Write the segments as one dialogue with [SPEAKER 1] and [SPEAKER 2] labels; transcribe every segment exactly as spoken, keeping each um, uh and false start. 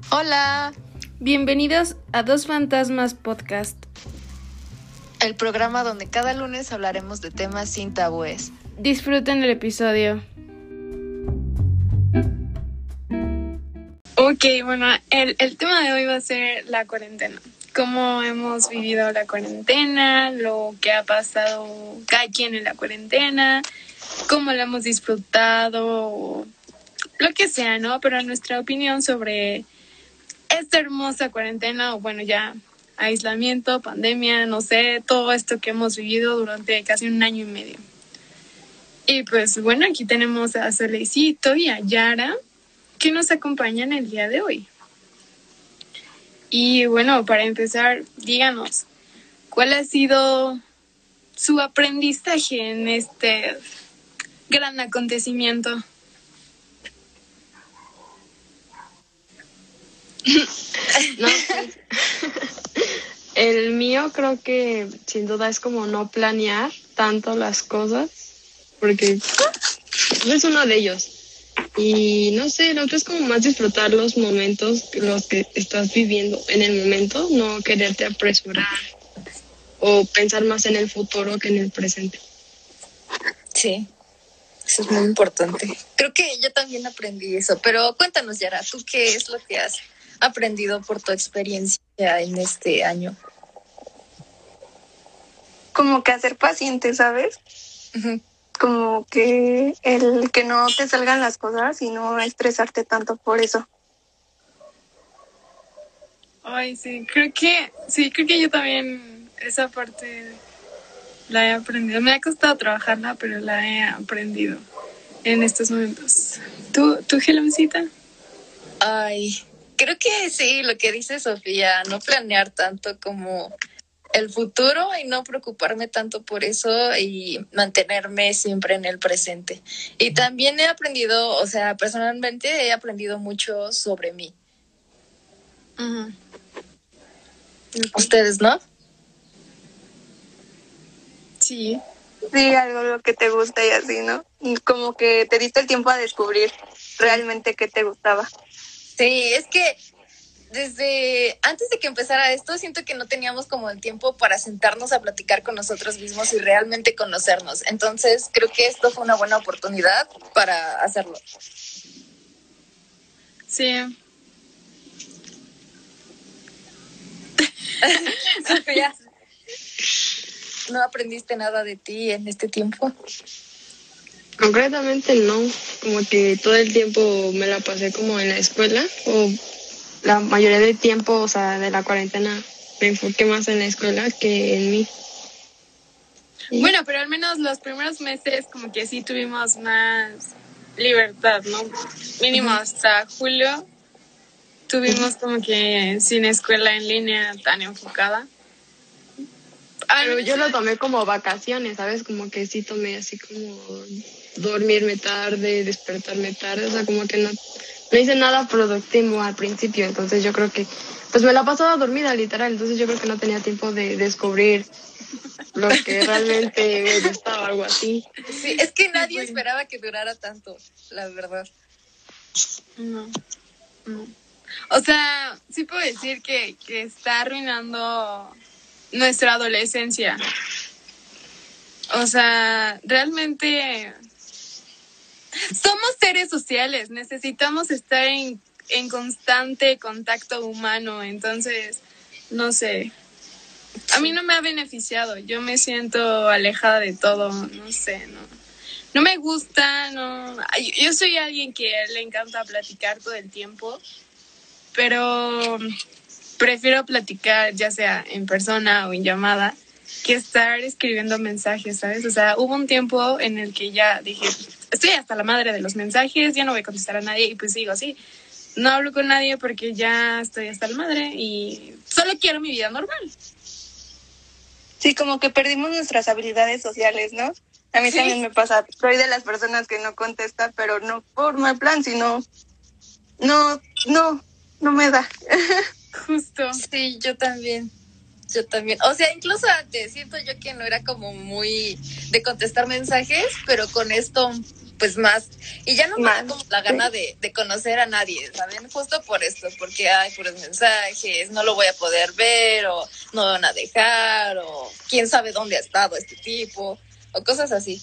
[SPEAKER 1] Hola,
[SPEAKER 2] Bienvenidos a Dos Fantasmas Podcast.
[SPEAKER 1] el programa donde cada lunes hablaremos de temas sin tabúes.
[SPEAKER 2] Disfruten el episodio.
[SPEAKER 3] Ok, bueno, el, el tema de hoy va a ser la cuarentena. Cómo hemos vivido la cuarentena, lo que ha pasado cada quien en la cuarentena, cómo la hemos disfrutado, lo que sea, ¿no? Pero nuestra opinión sobre esta hermosa cuarentena, o bueno, ya aislamiento, pandemia, no sé, todo esto que hemos vivido durante casi un año y medio. Y pues bueno, aquí tenemos a Solecito y a Yara, que nos acompañan el día de hoy. Y bueno, para empezar, díganos, ¿cuál ha sido su aprendizaje en este gran acontecimiento?
[SPEAKER 4] No, pues, el mío creo que sin duda es como no planear tanto las cosas, porque es uno de ellos. Y no sé, el otro es como más disfrutar los momentos, los que estás viviendo en el momento, no quererte apresurar o pensar más en el futuro que en el presente.
[SPEAKER 1] Sí, eso es muy importante. Creo que yo también aprendí eso, pero cuéntanos, Yara, ¿tú qué es lo que has aprendido por tu experiencia en este año?
[SPEAKER 5] Como que a ser paciente, ¿sabes?
[SPEAKER 1] Uh-huh.
[SPEAKER 5] Como que el que no te salgan las cosas y no estresarte tanto por eso.
[SPEAKER 3] Ay, sí, creo que, sí, creo que yo también esa parte la he aprendido. Me ha costado trabajarla, pero la he aprendido en estos momentos. ¿Tú, tú, Geloncita?
[SPEAKER 1] Ay, creo que sí, lo que dice Sofía, no planear tanto como el futuro y no preocuparme tanto por eso y mantenerme siempre en el presente. Y también he aprendido, o sea, personalmente he aprendido mucho sobre mí.
[SPEAKER 3] Uh-huh. Okay.
[SPEAKER 1] ¿Ustedes no?
[SPEAKER 3] Sí.
[SPEAKER 5] Sí, algo lo que te gusta y así, ¿no? Como que te diste el tiempo a descubrir realmente qué te gustaba.
[SPEAKER 1] Sí, es que desde antes de que empezara esto, siento que no teníamos como el tiempo para sentarnos a platicar con nosotros mismos y realmente conocernos. Entonces, creo que esto fue una buena oportunidad para hacerlo.
[SPEAKER 3] Sí.
[SPEAKER 1] Sofía, ¿no aprendiste nada de ti en este tiempo?
[SPEAKER 4] Concretamente no, como que todo el tiempo me la pasé como en la escuela, o la mayoría del tiempo, o sea, de la cuarentena me enfoqué más en la escuela que en mí.
[SPEAKER 3] ¿Sí? Bueno, pero al menos los primeros meses como que sí tuvimos más libertad, ¿no? Mínimo uh-huh. Hasta julio tuvimos uh-huh. como que sin escuela en línea tan enfocada.
[SPEAKER 4] Pero yo lo tomé como vacaciones, ¿sabes? Como que sí tomé así como dormirme tarde, despertarme tarde, o sea, como que no, no hice nada productivo al principio, entonces yo creo que, pues me la pasaba dormida, literal, entonces yo creo que no tenía tiempo de descubrir lo que realmente me gustaba, algo así.
[SPEAKER 1] Sí, es que nadie esperaba que durara tanto, la verdad.
[SPEAKER 3] No, no. O sea, sí puedo decir que, que está arruinando nuestra adolescencia. O sea, realmente somos seres sociales, necesitamos estar en, en constante contacto humano, entonces, no sé, a mí no me ha beneficiado, yo me siento alejada de todo, no sé, no, no me gusta, no, yo soy alguien que le encanta platicar todo el tiempo, pero prefiero platicar ya sea en persona o en llamada que estar escribiendo mensajes, ¿sabes? O sea, hubo un tiempo en el que ya dije, estoy hasta la madre de los mensajes, ya no voy a contestar a nadie y pues sigo así. No hablo con nadie porque ya estoy hasta la madre y solo quiero mi vida normal.
[SPEAKER 5] Sí, como que perdimos nuestras habilidades sociales, ¿no? A mí ¿Sí? también me pasa. Soy de las personas que no contesta, pero no por mal plan, sino no, no, no me da.
[SPEAKER 3] Justo.
[SPEAKER 1] Sí, yo también. Yo también. O sea, incluso antes siento yo que no era como muy de contestar mensajes, pero con esto pues más, y ya no me da
[SPEAKER 5] Más,
[SPEAKER 1] como la gana de, de conocer a nadie, ¿saben? Justo por esto, porque hay puros mensajes, no lo voy a poder ver, o no van a dejar, o quién sabe dónde ha estado este tipo, o cosas así.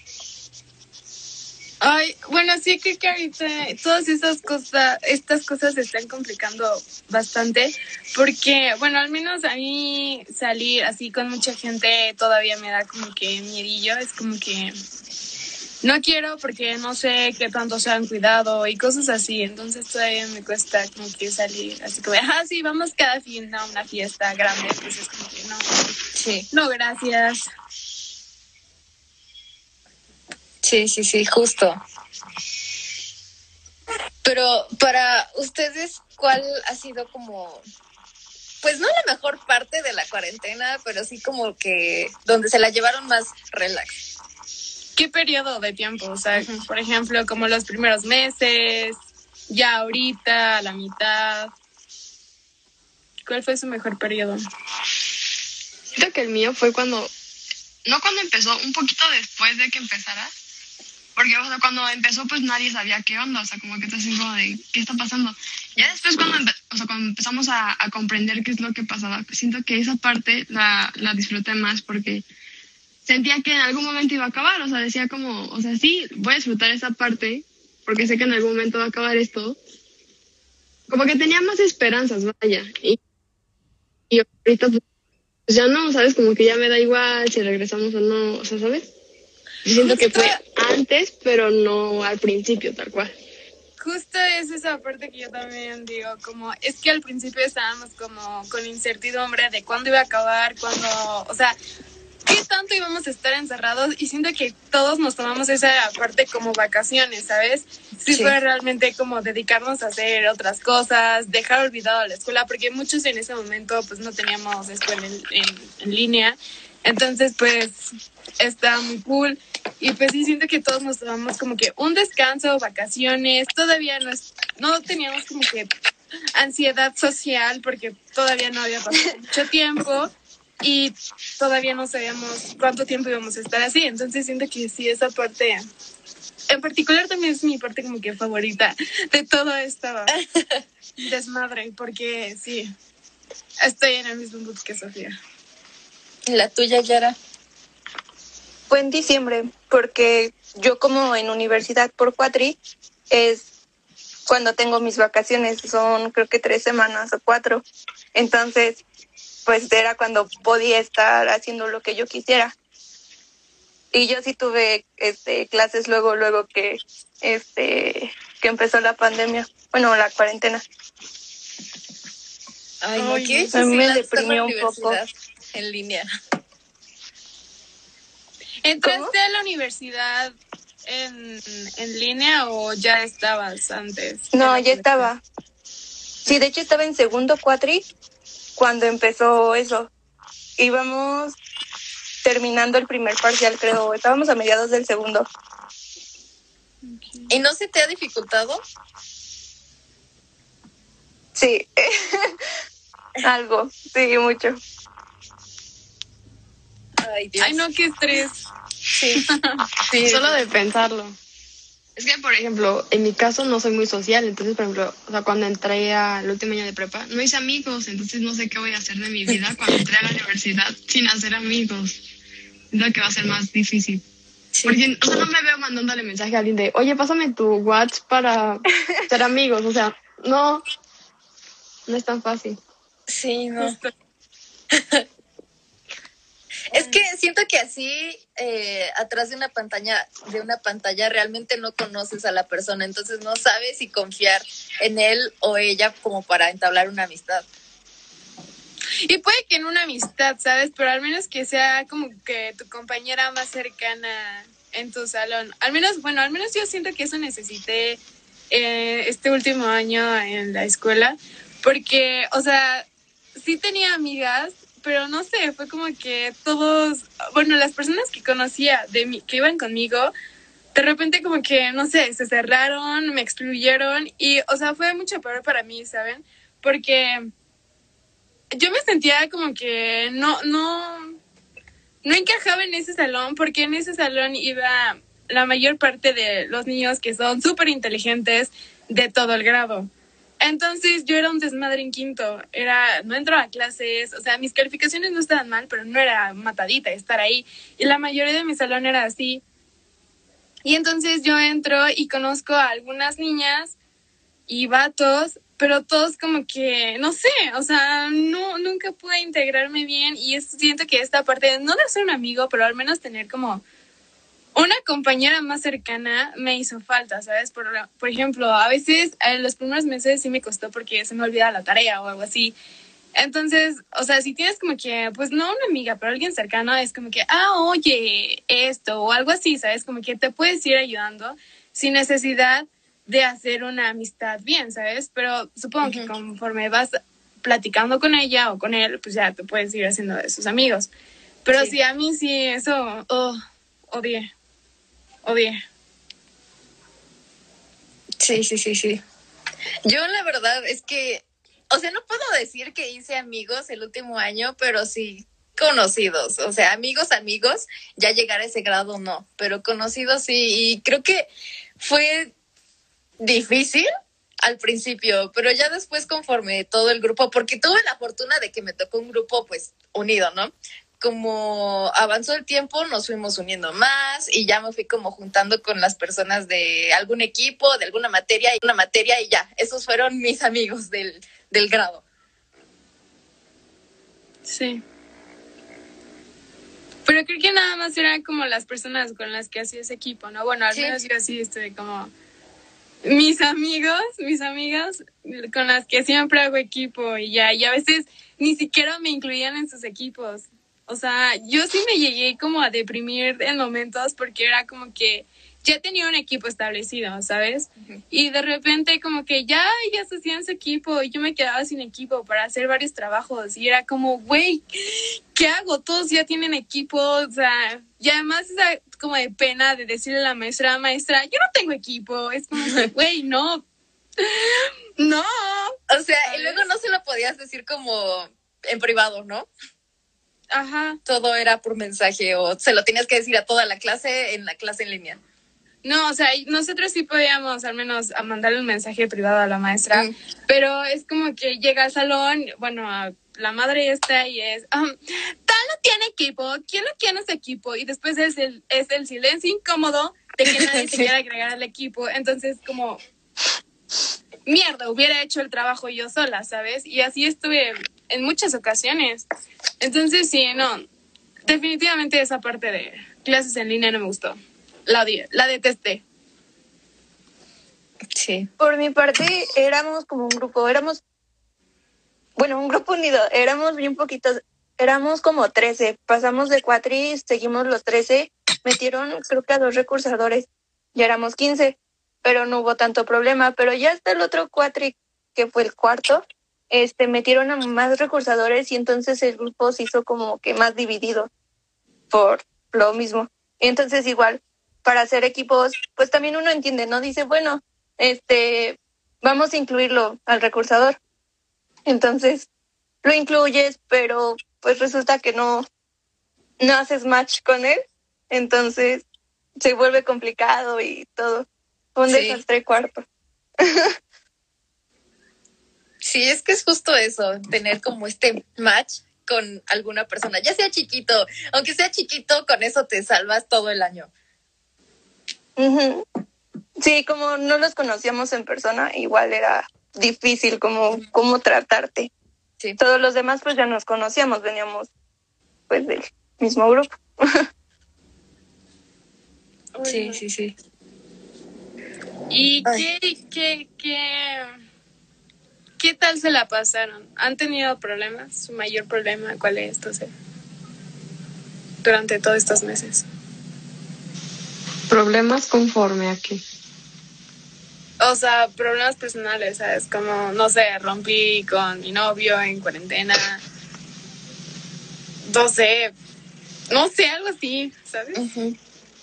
[SPEAKER 3] Ay, bueno, sí creo que ahorita todas esas cosas, estas cosas se están complicando bastante, porque, bueno, al menos a mí salir así con mucha gente todavía me da como que miedillo, es como que no quiero porque no sé qué tanto se han cuidado y cosas así, entonces todavía me cuesta como que salir, así como, ah, sí, vamos cada fin a una fiesta grande, pues es como que no,
[SPEAKER 1] Sí,
[SPEAKER 3] no, gracias.
[SPEAKER 1] sí, sí, sí, justo. Pero para ustedes, ¿cuál ha sido como, pues no la mejor parte de la cuarentena, pero sí como que donde se la llevaron más relax?
[SPEAKER 3] ¿Qué periodo de tiempo? O sea, uh-huh. Por ejemplo, como los primeros meses, ya ahorita, la mitad. ¿Cuál fue su mejor periodo?
[SPEAKER 4] Siento que el mío fue cuando, no cuando empezó, un poquito después de que empezara, porque o sea, cuando empezó pues nadie sabía qué onda, o sea, como que te hacen como de, ¿qué está pasando? Ya después cuando, empe- o sea, cuando empezamos a, a comprender qué es lo que pasaba, siento que esa parte la, la disfruté más porque sentía que en algún momento iba a acabar, o sea, decía como, o sea, sí, voy a disfrutar esa parte porque sé que en algún momento va a acabar esto. Como que tenía más esperanzas, vaya. Y, y ahorita pues ya no, ¿sabes? Como que ya me da igual si regresamos o no, o sea, ¿sabes? Yo siento que fue antes, pero no al principio, tal cual.
[SPEAKER 3] Justo es esa parte que yo también digo, como, es que al principio estábamos como con incertidumbre de cuándo iba a acabar, cuándo, o sea, qué tanto íbamos a estar encerrados, y siento que todos nos tomamos esa parte como vacaciones, ¿sabes? Sí, sí. Fue realmente como dedicarnos a hacer otras cosas, dejar olvidado la escuela, porque muchos en ese momento pues no teníamos escuela en, en, en línea, entonces pues está muy cool, y pues sí siento que todos nos tomamos como que un descanso, vacaciones, todavía no, es, no teníamos como que ansiedad social, porque todavía no había pasado mucho tiempo, y todavía no sabíamos cuánto tiempo íbamos a estar así, entonces siento que sí, esa parte en particular también es mi parte como que favorita de todo esto desmadre, porque sí, estoy en el mismo mood que Sofía.
[SPEAKER 1] ¿La tuya, Yara?
[SPEAKER 5] Fue en diciembre, porque yo como en universidad por cuatri, es cuando tengo mis vacaciones, son creo que tres semanas o cuatro, entonces pues era cuando podía estar haciendo lo que yo quisiera. Y yo sí tuve este clases luego, luego que este que empezó la pandemia, bueno, la cuarentena.
[SPEAKER 1] Ay, no, ¿qué?
[SPEAKER 5] A mí me deprimió un poco.
[SPEAKER 1] En línea.
[SPEAKER 3] ¿Entraste
[SPEAKER 5] ¿Cómo?
[SPEAKER 3] a la universidad en, en línea o ya estabas antes?
[SPEAKER 5] No, ya estaba. Sí, de hecho estaba en segundo cuatri cuando empezó eso. Íbamos terminando el primer parcial, creo. Estábamos a mediados del segundo.
[SPEAKER 1] Okay. ¿Y no se te ha dificultado?
[SPEAKER 5] Sí. Algo. Sí, mucho.
[SPEAKER 1] Ay, Dios.
[SPEAKER 3] Ay, no, qué estrés.
[SPEAKER 1] Sí.
[SPEAKER 4] Sí. Solo de pensarlo. Es que, por ejemplo, en mi caso no soy muy social, entonces, por ejemplo, o sea, cuando entré al último año de prepa, no hice amigos, entonces no sé qué voy a hacer de mi vida cuando entré a la universidad sin hacer amigos. Es lo que va a ser más difícil. Sí. Porque, o sea, no me veo mandándole mensaje a alguien de, oye, pásame tu WhatsApp para ser amigos, o sea, no, no es tan fácil.
[SPEAKER 1] Sí, no. Es que siento que así, eh, atrás de una pantalla, de una pantalla, realmente no conoces a la persona, entonces no sabes si confiar en él o ella como para entablar una amistad.
[SPEAKER 3] Y puede que en una amistad, ¿sabes? Pero al menos que sea como que tu compañera más cercana en tu salón. Al menos, bueno, al menos yo siento que eso necesité eh, este último año en la escuela, porque, o sea, sí tenía amigas, pero no sé, fue como que todos, bueno, las personas que conocía, de mí, que iban conmigo, de repente como que, no sé, se cerraron, me excluyeron y, o sea, fue mucho peor para mí, ¿saben? Porque yo me sentía como que no, no, no encajaba en ese salón, porque en ese salón iba la mayor parte de los niños que son súper inteligentes de todo el grado. Entonces yo era un desmadre en quinto, era, no entraba a clases, o sea, mis calificaciones no estaban mal, pero no era matadita estar ahí. Y la mayoría de mi salón era así. Y entonces yo entro y conozco a algunas niñas y vatos, pero todos como que, no sé, o sea, no, nunca pude integrarme bien y es, siento que esta parte, no de ser un amigo, pero al menos tener como una compañera más cercana me hizo falta, ¿sabes? Por, por ejemplo, a veces en los primeros meses sí me costó porque se me olvidaba la tarea o algo así. Entonces, o sea, si tienes como que, pues no una amiga, pero alguien cercano, es como que, ah, oye, esto o algo así, ¿sabes? Como que te puedes ir ayudando sin necesidad de hacer una amistad bien, ¿sabes? Pero supongo uh-huh. que conforme vas platicando con ella o con él, pues ya te puedes ir haciendo de sus amigos. Pero sí, sí a mí sí, eso, oh, odié. Odié.
[SPEAKER 1] Sí, sí, sí, sí. Yo la verdad es que, o sea, no puedo decir que hice amigos el último año, pero sí conocidos. O sea, amigos, amigos, ya llegar a ese grado no, pero conocidos sí. Y creo que fue difícil al principio, pero ya después conforme todo el grupo, porque tuve la fortuna de que me tocó un grupo pues unido, ¿no? Como avanzó el tiempo, nos fuimos uniendo más y ya me fui como juntando con las personas de algún equipo, de alguna materia y una materia y ya, esos fueron mis amigos del, del grado.
[SPEAKER 3] Sí. Pero creo que nada más eran como las personas con las que hacía ese equipo, ¿no? Bueno, al sí. menos yo así estoy como mis amigos, mis amigas con las que siempre hago equipo y ya, y a veces ni siquiera me incluían en sus equipos. O sea, yo sí me llegué como a deprimir en momentos porque era como que ya tenía un equipo establecido, ¿sabes? Uh-huh. Y de repente como que ya ellas hacían su equipo y yo me quedaba sin equipo para hacer varios trabajos y era como, güey, ¿qué hago? Todos ya tienen equipo, o sea, y además esa como de pena de decirle a la maestra, maestra, yo no tengo equipo, es como, güey, no, no.
[SPEAKER 1] O sea, ¿sabes? Y luego no se lo podías decir como en privado, ¿no?
[SPEAKER 3] Ajá.
[SPEAKER 1] Todo era por mensaje o se lo tenías que decir a toda la clase en la clase en línea.
[SPEAKER 3] No, o sea, nosotros sí podíamos al menos a mandarle un mensaje privado a la maestra, mm. pero es como que llega al salón, bueno, a la madre está y es, um, tal no tiene equipo, ¿quién no quiere ese equipo? Y después es el, es el silencio incómodo de que nadie sí. se quiera agregar al equipo, entonces como, mierda, hubiera hecho el trabajo yo sola, ¿sabes? Y así estuve en muchas ocasiones. Entonces sí, no, definitivamente esa parte de clases en línea no me gustó. La odié, la detesté.
[SPEAKER 1] Sí.
[SPEAKER 5] Por mi parte, éramos como un grupo, éramos, bueno, un grupo unido, éramos bien poquitos, éramos como trece, pasamos de cuatri, seguimos los trece, metieron creo que a dos recursadores, ya éramos quince, pero no hubo tanto problema, pero ya hasta el otro cuatri, que fue el cuarto, este, metieron a más recursadores y entonces el grupo se hizo como que más dividido por lo mismo. Entonces igual, para hacer equipos, pues también uno entiende, ¿no? Dice, bueno, este, vamos a incluirlo al recursador. Entonces, lo incluyes, pero pues resulta que no, no haces match con él. Entonces, se vuelve complicado y todo. Un sí. desastre cuarto.
[SPEAKER 1] Sí, es que es justo eso, tener como este match con alguna persona, ya sea chiquito, aunque sea chiquito, con eso te salvas todo el año.
[SPEAKER 5] Uh-huh. Sí, como no los conocíamos en persona, igual era difícil como cómo tratarte. Sí. Todos los demás pues ya nos conocíamos, veníamos pues del mismo grupo.
[SPEAKER 1] Sí, sí, sí.
[SPEAKER 3] ¿Y qué, qué, qué, qué tal se la pasaron? ¿Han tenido problemas? ¿Su mayor problema cuál es, entonces, durante todos estos meses?
[SPEAKER 4] ¿Problemas conforme a qué?
[SPEAKER 3] O sea, problemas personales, ¿sabes? Como, no sé, rompí con mi novio en cuarentena. No sé, no sé, algo así, ¿sabes?
[SPEAKER 1] Uh-huh.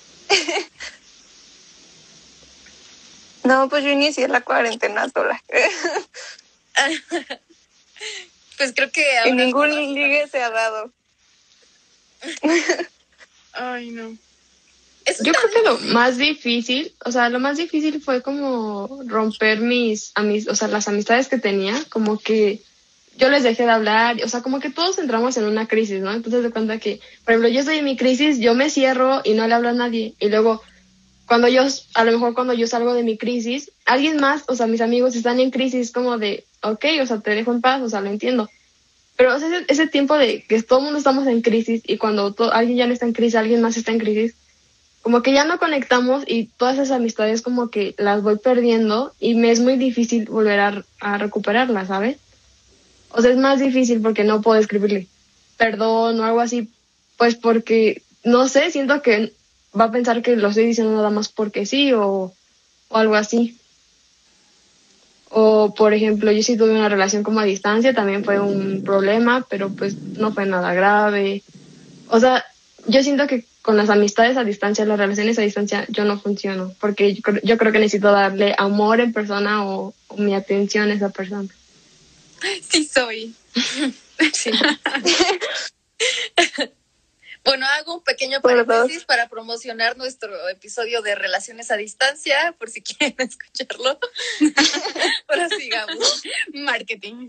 [SPEAKER 5] No, pues yo inicié la cuarentena sola.
[SPEAKER 1] Pues creo que ahora
[SPEAKER 5] y ningún ligue se ha dado.
[SPEAKER 3] Ay, no.
[SPEAKER 1] Eso
[SPEAKER 4] Yo
[SPEAKER 1] está
[SPEAKER 4] creo que lo
[SPEAKER 1] difícil.
[SPEAKER 4] más difícil, o sea, lo más difícil fue como romper mis, amis, o sea, las amistades que tenía, como que yo les dejé de hablar, o sea, como que todos entramos en una crisis, ¿no? Entonces de cuenta que, por ejemplo, yo estoy en mi crisis, yo me cierro y no le hablo a nadie, y luego cuando yo, a lo mejor cuando yo salgo de mi crisis, alguien más, o sea, mis amigos están en crisis, como de, ok, o sea, te dejo en paz, o sea, lo entiendo. Pero o sea, ese, ese tiempo de que todo el mundo estamos en crisis y cuando to- alguien ya no está en crisis, alguien más está en crisis, como que ya no conectamos y todas esas amistades como que las voy perdiendo y me es muy difícil volver a, a recuperarlas, ¿sabes? O sea, es más difícil porque no puedo escribirle perdón o algo así, pues porque, no sé, siento que va a pensar que lo estoy diciendo nada más porque sí o, o algo así. O, por ejemplo, yo sí tuve una relación como a distancia, también fue un problema, pero pues no fue nada grave. O sea, yo siento que con las amistades a distancia, las relaciones a distancia, yo no funciono, porque yo, creo- yo creo que necesito darle amor en persona o, o mi atención a esa persona.
[SPEAKER 3] Sí soy.
[SPEAKER 1] Sí. Bueno, hago un pequeño
[SPEAKER 5] Por dos.
[SPEAKER 1] paréntesis para promocionar nuestro episodio de Relaciones a Distancia, por si quieren escucharlo. Ahora sigamos.
[SPEAKER 3] Marketing.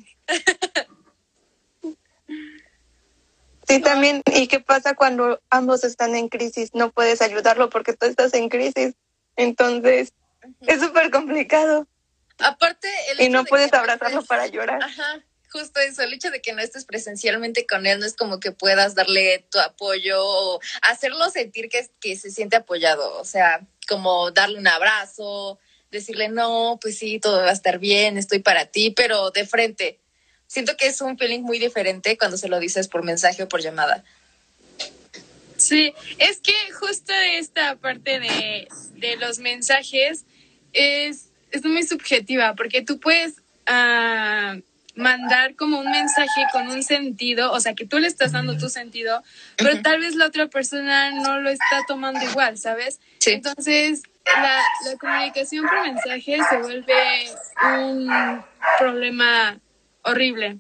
[SPEAKER 5] Sí, también. ¿Y qué pasa cuando ambos están en crisis? No puedes ayudarlo porque tú estás en crisis. Entonces, es súper complicado.
[SPEAKER 1] Aparte, el
[SPEAKER 5] Y
[SPEAKER 1] hecho
[SPEAKER 5] no
[SPEAKER 1] de
[SPEAKER 5] puedes
[SPEAKER 1] que no
[SPEAKER 5] abrazarlo
[SPEAKER 1] estés-
[SPEAKER 5] para llorar.
[SPEAKER 1] Ajá, justo eso, el hecho de que no estés presencialmente con él no es como que puedas darle tu apoyo o hacerlo sentir que, que se siente apoyado, o sea, como darle un abrazo, decirle, no, pues sí, todo va a estar bien, estoy para ti, pero de frente. Siento que es un feeling muy diferente cuando se lo dices por mensaje o por llamada.
[SPEAKER 3] Sí, es que justo esta parte de, de los mensajes es, es muy subjetiva, porque tú puedes ah, mandar como un mensaje con un sentido, o sea, que tú le estás dando tu sentido, pero
[SPEAKER 1] Ujú.
[SPEAKER 3] tal vez la otra persona no lo está tomando igual, ¿sabes?
[SPEAKER 1] Sí.
[SPEAKER 3] Entonces, la, la comunicación por mensaje se vuelve un problema horrible.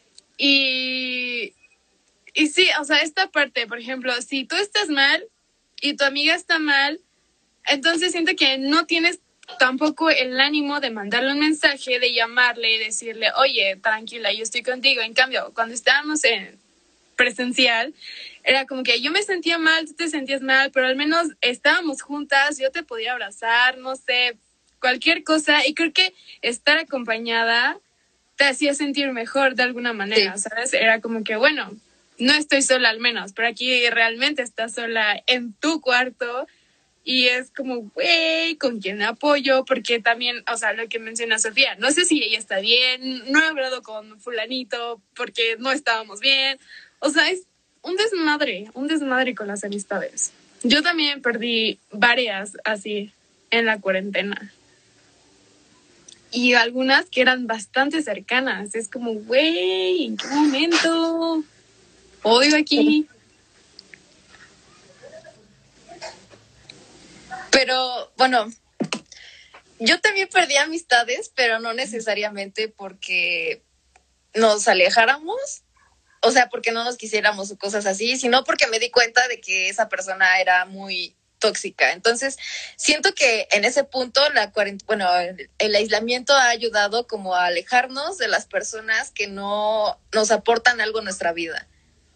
[SPEAKER 3] Y Y sí, o sea, esta parte, por ejemplo, si tú estás mal y tu amiga está mal, entonces siento que no tienes tampoco el ánimo de mandarle un mensaje, de llamarle y decirle, oye, tranquila, yo estoy contigo. En cambio, cuando estábamos en presencial, era como que yo me sentía mal, tú te sentías mal, pero al menos estábamos juntas, yo te podía abrazar, no sé, cualquier cosa. Y creo que estar acompañada te hacía sentir mejor de alguna manera,
[SPEAKER 1] Sí.
[SPEAKER 3] ¿sabes? Era como que, bueno, no estoy sola al menos, pero aquí realmente estás sola en tu cuarto y es como, güey, ¿con quién me apoyo? Porque también, o sea, lo que menciona Sofía, no sé si ella está bien, no he hablado con fulanito porque no estábamos bien, o sea, es un desmadre, un desmadre con las amistades. Yo también perdí varias así en la cuarentena. Y algunas que eran bastante cercanas. Es como, güey, ¿en qué momento? Odio aquí.
[SPEAKER 1] Pero bueno, yo también perdí amistades, pero no necesariamente porque nos alejáramos, o sea, porque no nos quisiéramos o cosas así, sino porque me di cuenta de que esa persona era muy tóxica. Entonces, siento que en ese punto la cuarent- bueno, el, el aislamiento ha ayudado como a alejarnos de las personas que no nos aportan algo en nuestra vida.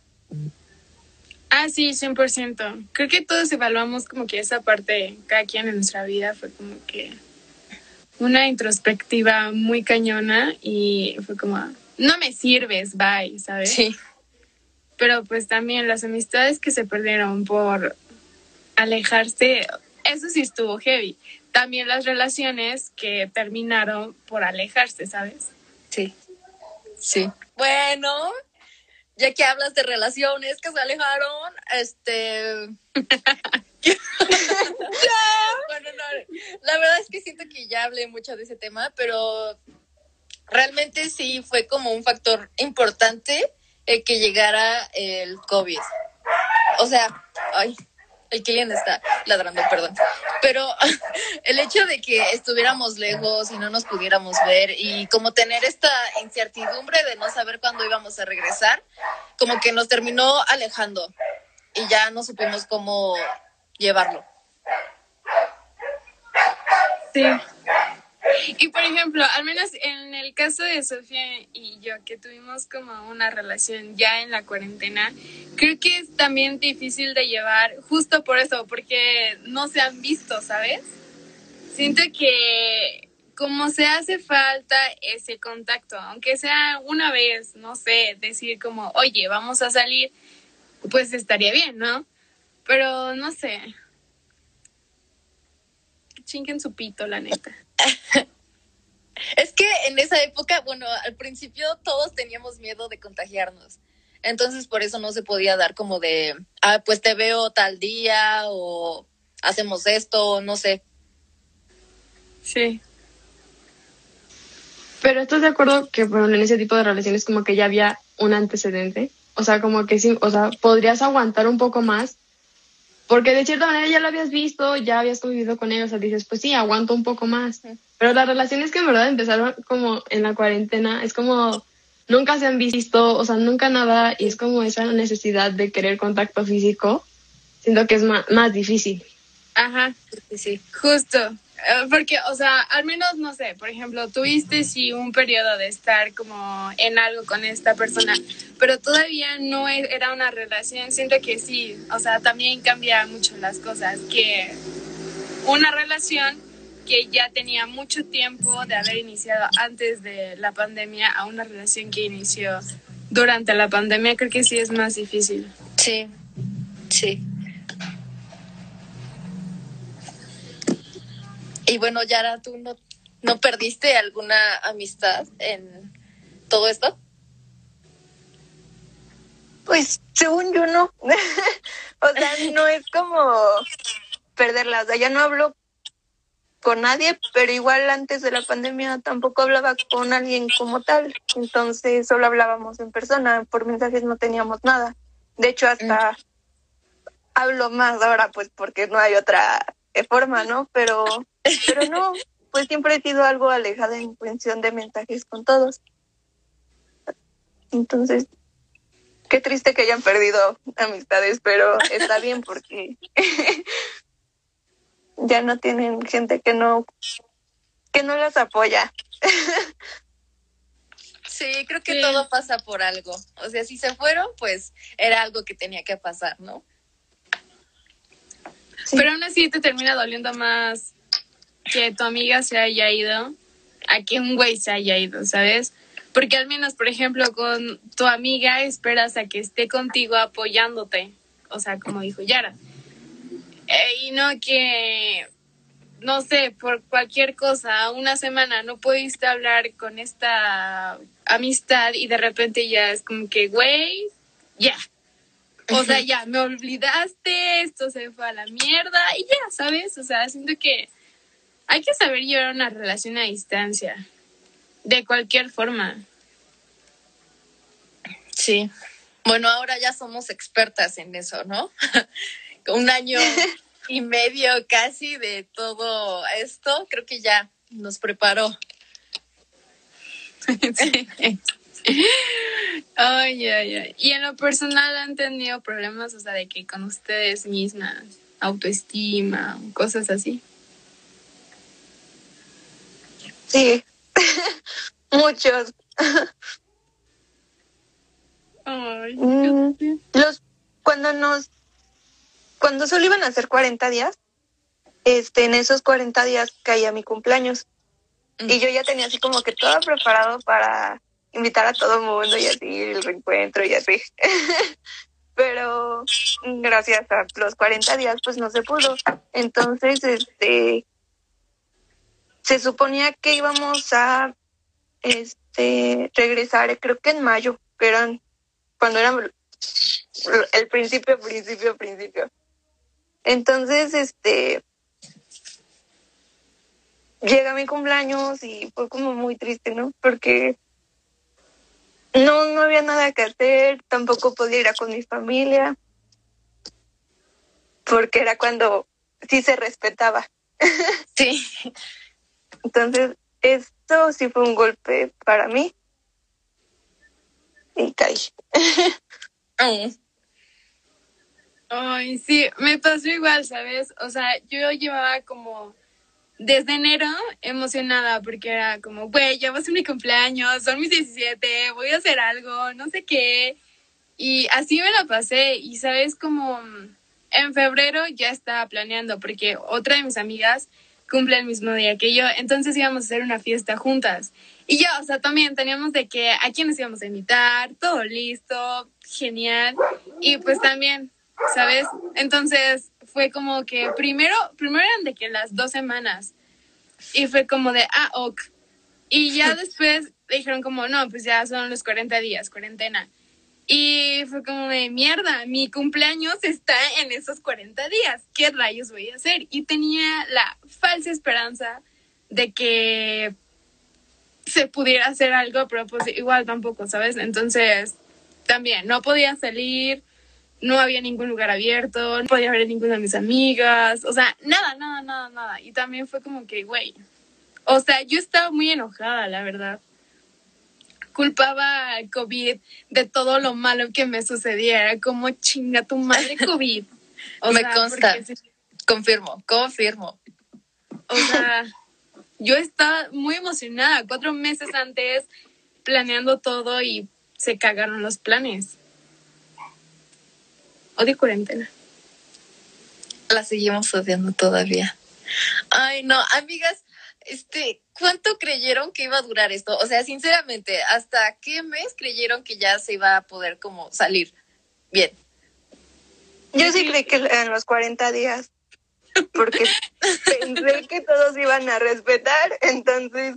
[SPEAKER 3] Ah, sí, cien por ciento. Creo que todos evaluamos como que esa parte, cada quien en nuestra vida fue como que una introspectiva muy cañona y fue como, no me sirves, bye, ¿sabes?
[SPEAKER 1] Sí.
[SPEAKER 3] Pero pues también las amistades que se perdieron por alejarse, eso sí estuvo heavy. También las relaciones que terminaron por alejarse, ¿sabes?
[SPEAKER 1] Sí. Sí. Bueno, ya que hablas de relaciones que se alejaron, este... Bueno, no, la verdad es que siento que ya hablé mucho de ese tema, pero realmente sí fue como un factor importante el que llegara el COVID. O sea, ay, el Kilian está ladrando, perdón. Pero el hecho de que estuviéramos lejos y no nos pudiéramos ver y como tener esta incertidumbre de no saber cuándo íbamos a regresar, como que nos terminó alejando y ya no supimos cómo llevarlo.
[SPEAKER 3] Sí. Y por ejemplo, al menos en el caso de Sofía y yo, que tuvimos como una relación ya en la cuarentena, creo que es también difícil de llevar justo por eso, porque no se han visto, ¿sabes? Siento que como se hace falta ese contacto, aunque sea una vez, no sé, decir como, oye, vamos a salir, pues estaría bien, ¿no? Pero no sé. Chinguen su pito, la neta.
[SPEAKER 1] Es que en esa época, bueno, al principio todos teníamos miedo de contagiarnos. Entonces por eso no se podía dar como de, ah, pues te veo tal día o hacemos esto, no sé.
[SPEAKER 3] Sí.
[SPEAKER 4] Pero ¿estás de acuerdo que, bueno, en ese tipo de relaciones como que ya había un antecedente? O sea, como que sí, o sea, podrías aguantar un poco más, porque de cierta manera ya lo habías visto, ya habías convivido con ellos, o sea, dices, pues sí, aguanto un poco más. Pero las relaciones que en verdad empezaron como en la cuarentena, es como nunca se han visto, o sea, nunca nada, y es como esa necesidad de querer contacto físico, siento que es más, más difícil.
[SPEAKER 3] Ajá, sí, sí, justo. Eh, Porque, o sea, al menos, no sé, por ejemplo, tuviste sí un periodo de estar como en algo con esta persona, pero todavía no e- era una relación. Siento que sí, o sea, también cambia mucho las cosas, que una relación que ya tenía mucho tiempo de haber iniciado antes de la pandemia a una relación que inició durante la pandemia, creo que sí es más difícil.
[SPEAKER 1] Sí, sí. Y bueno, Yara, ¿tú no, no perdiste alguna amistad en todo esto?
[SPEAKER 5] Pues según yo no. O sea, no es como perderla. O sea, ya no hablo con nadie, pero igual antes de la pandemia tampoco hablaba con alguien como tal. Entonces solo hablábamos en persona. Por mensajes no teníamos nada. De hecho, hasta hablo más ahora, pues porque no hay otra forma, ¿no? Pero, pero no, pues siempre he sido algo alejada en cuestión de mensajes con todos. Entonces, qué triste que hayan perdido amistades, pero está bien porque ya no tienen gente que no, que no las apoya.
[SPEAKER 1] Sí, creo que
[SPEAKER 3] Sí.
[SPEAKER 1] todo pasa por algo. O sea, si se fueron, pues era algo que tenía que pasar, ¿no?
[SPEAKER 5] Sí.
[SPEAKER 3] Pero aún así te termina doliendo más que tu amiga se haya ido a que un güey se haya ido, ¿sabes? Porque al menos, por ejemplo, con tu amiga esperas a que esté contigo apoyándote, o sea, como dijo Yara. Eh, y no que, no sé, por cualquier cosa, una semana no pudiste hablar con esta amistad y de repente ya es como que, güey, ya. O sea, ya, me olvidaste, esto se fue a la mierda y ya, ¿sabes? O sea, siento que hay que saber llevar una relación a distancia, de cualquier forma.
[SPEAKER 1] Sí. Bueno, ahora ya somos expertas en eso, ¿no? Un año y medio casi de todo esto, creo que ya nos preparó.
[SPEAKER 3] Sí. Ay, ay, ay. Y en lo personal han tenido problemas, o sea, de que con ustedes mismas, autoestima, cosas así.
[SPEAKER 5] Sí, muchos.
[SPEAKER 3] Ay,
[SPEAKER 5] Mm,
[SPEAKER 3] Dios.
[SPEAKER 5] los, cuando nos, cuando solo iban a ser cuarenta días, este, en esos cuarenta días caía mi cumpleaños.
[SPEAKER 1] Mm.
[SPEAKER 5] Y yo ya tenía así como que todo preparado para invitar a todo el mundo y así, el reencuentro y así. Pero gracias a los cuarenta días, pues no se pudo. Entonces, este, se suponía que íbamos a, este, regresar, creo que en mayo, que eran, cuando era el principio, principio, principio. Entonces, este, llega mi cumpleaños y fue como muy triste, ¿no? Porque no, no había nada que hacer, tampoco podía ir a con mi familia, porque era cuando sí se respetaba.
[SPEAKER 1] Sí.
[SPEAKER 5] Entonces, esto sí fue un golpe para mí y caí.
[SPEAKER 1] Mm.
[SPEAKER 3] Ay, sí, me pasó igual, ¿sabes? O sea, yo llevaba como desde enero emocionada porque era como, güey, ya va a ser mi cumpleaños, son mis diecisiete, voy a hacer algo, no sé qué. Y así me la pasé y, ¿sabes? Como en febrero ya estaba planeando porque otra de mis amigas cumple el mismo día que yo, entonces íbamos a hacer una fiesta juntas. Y ya, o sea, también teníamos de que a quiénes íbamos a invitar, todo listo, genial. Y pues también, ¿sabes? Entonces fue como que primero, primero eran de que las dos semanas. Y fue como de, ah, ok. Y ya después dijeron como, no, pues ya son los cuarenta días, cuarentena. Y fue como de, mierda, mi cumpleaños está en esos cuarenta días. ¿Qué rayos voy a hacer? Y tenía la falsa esperanza de que se pudiera hacer algo, pero pues igual tampoco, ¿sabes? Entonces, también, no podía salir, no había ningún lugar abierto, no podía ver a ninguna de mis amigas, o sea, nada, nada, nada, nada. Y también fue como que, güey, o sea, yo estaba muy enojada, la verdad. Culpaba al COVID de todo lo malo que me sucediera, como chinga tu madre COVID.
[SPEAKER 1] O me sea, consta, porque... confirmo, confirmo.
[SPEAKER 3] O sea, yo estaba muy emocionada, cuatro meses antes planeando todo y se cagaron los planes. Odio cuarentena.
[SPEAKER 1] La seguimos odiando todavía. Ay, no, amigas, este, ¿cuánto creyeron que iba a durar esto? O sea, sinceramente, ¿hasta qué mes creyeron que ya se iba a poder como salir bien?
[SPEAKER 5] Yo sí creí que en los cuarenta días, porque pensé que todos iban a respetar, entonces,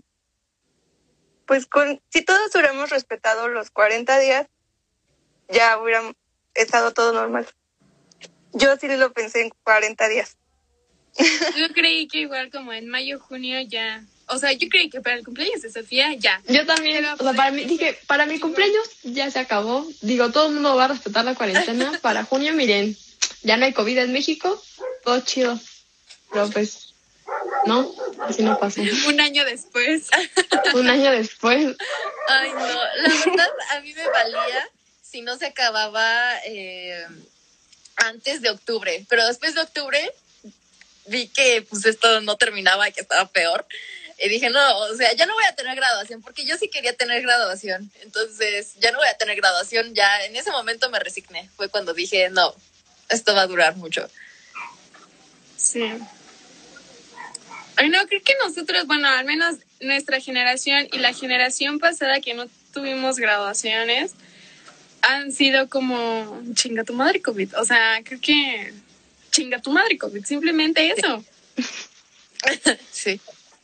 [SPEAKER 5] pues con, si todos hubiéramos respetado los cuarenta días, ya hubiera estado todo normal. Yo sí lo pensé en cuarenta días.
[SPEAKER 3] Yo creí que igual como en mayo, junio ya... O sea, yo creí que para el cumpleaños de Sofía ya.
[SPEAKER 4] Yo también, o sea, para mí, dije, para mi cumpleaños ya se acabó. Digo, todo el mundo va a respetar la cuarentena. Para junio, miren, ya no hay COVID en México, todo chido. Pero pues, no, así no pasó.
[SPEAKER 3] Un año después.
[SPEAKER 4] Un año después.
[SPEAKER 1] Ay, no, la verdad a mí me valía si no se acababa eh, antes de octubre. Pero después de octubre vi que pues esto no terminaba y que estaba peor. Y dije, no, o sea, ya no voy a tener graduación, porque yo sí quería tener graduación. Entonces, ya no voy a tener graduación. Ya en ese momento me resigné. Fue cuando dije, no, esto va a durar mucho.
[SPEAKER 3] Sí. Ay, no, creo que nosotros, bueno, al menos nuestra generación y la generación pasada que no tuvimos graduaciones, han sido como, chinga tu madre COVID. O sea, creo que chinga tu madre COVID, simplemente eso.
[SPEAKER 1] Sí.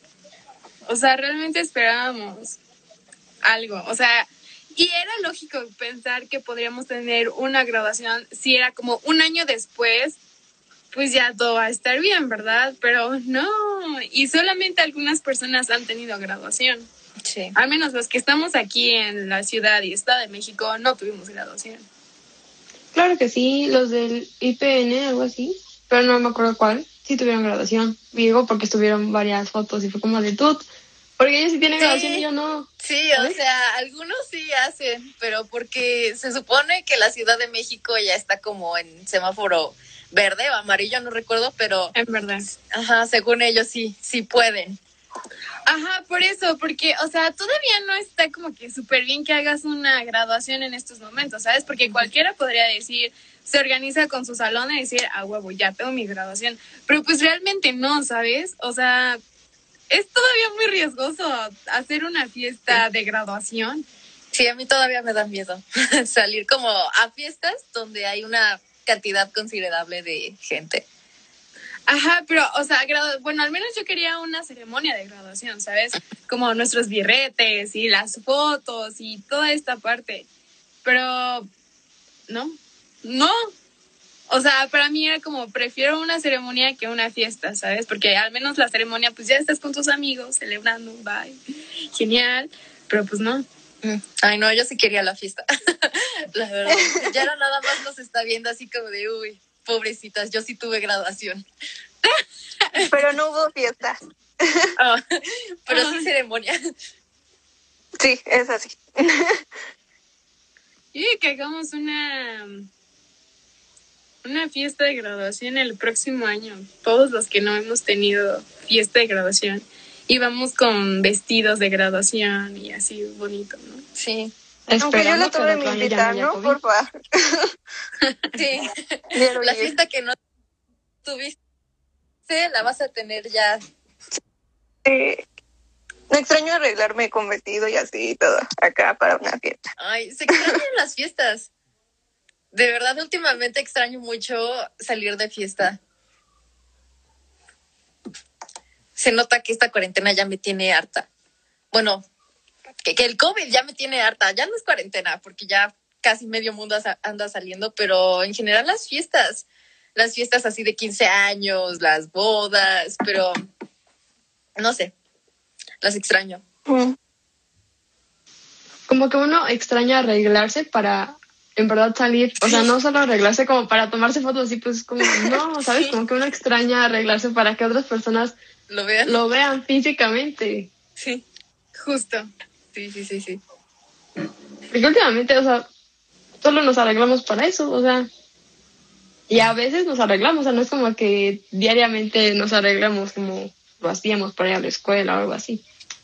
[SPEAKER 3] O sea, realmente esperábamos algo. O sea, y era lógico pensar que podríamos tener una graduación si era como un año después, pues ya todo va a estar bien, ¿verdad? Pero no, y solamente algunas personas han tenido graduación.
[SPEAKER 1] Sí.
[SPEAKER 3] Al menos los que estamos aquí en la ciudad y Estado de México no tuvimos graduación.
[SPEAKER 4] Claro que sí, los del I P N, algo así, pero no me acuerdo cuál. Sí tuvieron graduación, digo, porque estuvieron varias fotos y fue como de tut, porque ellos sí tienen sí, graduación y yo no.
[SPEAKER 1] Sí, ¿sabes? O sea, algunos sí hacen, pero porque se supone que la Ciudad de México ya está como en semáforo verde o amarillo, no recuerdo, pero...
[SPEAKER 3] En verdad.
[SPEAKER 1] Ajá, según ellos sí, sí pueden.
[SPEAKER 3] Ajá, por eso, porque, o sea, todavía no está como que súper bien que hagas una graduación en estos momentos, ¿sabes? Porque cualquiera podría decir... se organiza con su salón y decir, ah, huevo, ya tengo mi graduación. Pero pues realmente no, ¿sabes? O sea, es todavía muy riesgoso hacer una fiesta de graduación.
[SPEAKER 1] Sí, a mí todavía me da miedo salir como a fiestas donde hay una cantidad considerable de gente.
[SPEAKER 3] Ajá, pero, o sea, gradu- bueno, al menos yo quería una ceremonia de graduación, ¿sabes? Como nuestros birretes y las fotos y toda esta parte. Pero, no. No, o sea, para mí era como, prefiero una ceremonia que una fiesta, ¿sabes? Porque al menos la ceremonia, pues ya estás con tus amigos, celebrando, bye, genial, pero pues no.
[SPEAKER 1] Ay, no, yo sí quería la fiesta, la verdad. Ya era nada más nos está viendo así como de, uy, pobrecitas, yo sí tuve graduación.
[SPEAKER 5] Pero no hubo fiestas.
[SPEAKER 1] Oh, pero sí ceremonia.
[SPEAKER 5] Sí, es así.
[SPEAKER 3] Y que hagamos una... una fiesta de graduación el próximo año. Todos los que no hemos tenido fiesta de graduación. Y vamos con vestidos de graduación y así bonito, ¿no?
[SPEAKER 1] Sí.
[SPEAKER 5] Aunque yo lo tuve
[SPEAKER 4] Esperando
[SPEAKER 5] que
[SPEAKER 4] que
[SPEAKER 5] invitar,
[SPEAKER 4] no haya
[SPEAKER 5] ¿no?
[SPEAKER 4] COVID.
[SPEAKER 5] Porfa.
[SPEAKER 1] Sí.
[SPEAKER 5] Quiero
[SPEAKER 1] La
[SPEAKER 5] ir.
[SPEAKER 1] fiesta que no tuviste la vas a tener ya.
[SPEAKER 5] Sí. Me extraño arreglarme con vestido y así y todo acá para una fiesta.
[SPEAKER 1] Ay, se extrañan las fiestas. De verdad, últimamente extraño mucho salir de fiesta. Se nota que esta cuarentena ya me tiene harta. Bueno, que, que el COVID ya me tiene harta. Ya no es cuarentena, porque ya casi medio mundo anda saliendo, pero en general las fiestas, las fiestas así de quince años, las bodas, pero no sé, las extraño.
[SPEAKER 5] Mm.
[SPEAKER 4] Como que uno extraña arreglarse para en verdad salir, o sea, no solo arreglarse como para tomarse fotos así, pues como, no, ¿sabes?
[SPEAKER 1] Sí.
[SPEAKER 4] Como que uno extraña arreglarse para que otras personas
[SPEAKER 1] ¿Lo vean?
[SPEAKER 4] lo vean físicamente.
[SPEAKER 1] Sí, justo. Sí, sí, sí, sí.
[SPEAKER 4] Porque últimamente, o sea, solo nos arreglamos para eso, o sea, y a veces nos arreglamos, o sea, no es como que diariamente nos arreglamos como lo hacíamos para ir a la escuela o algo así.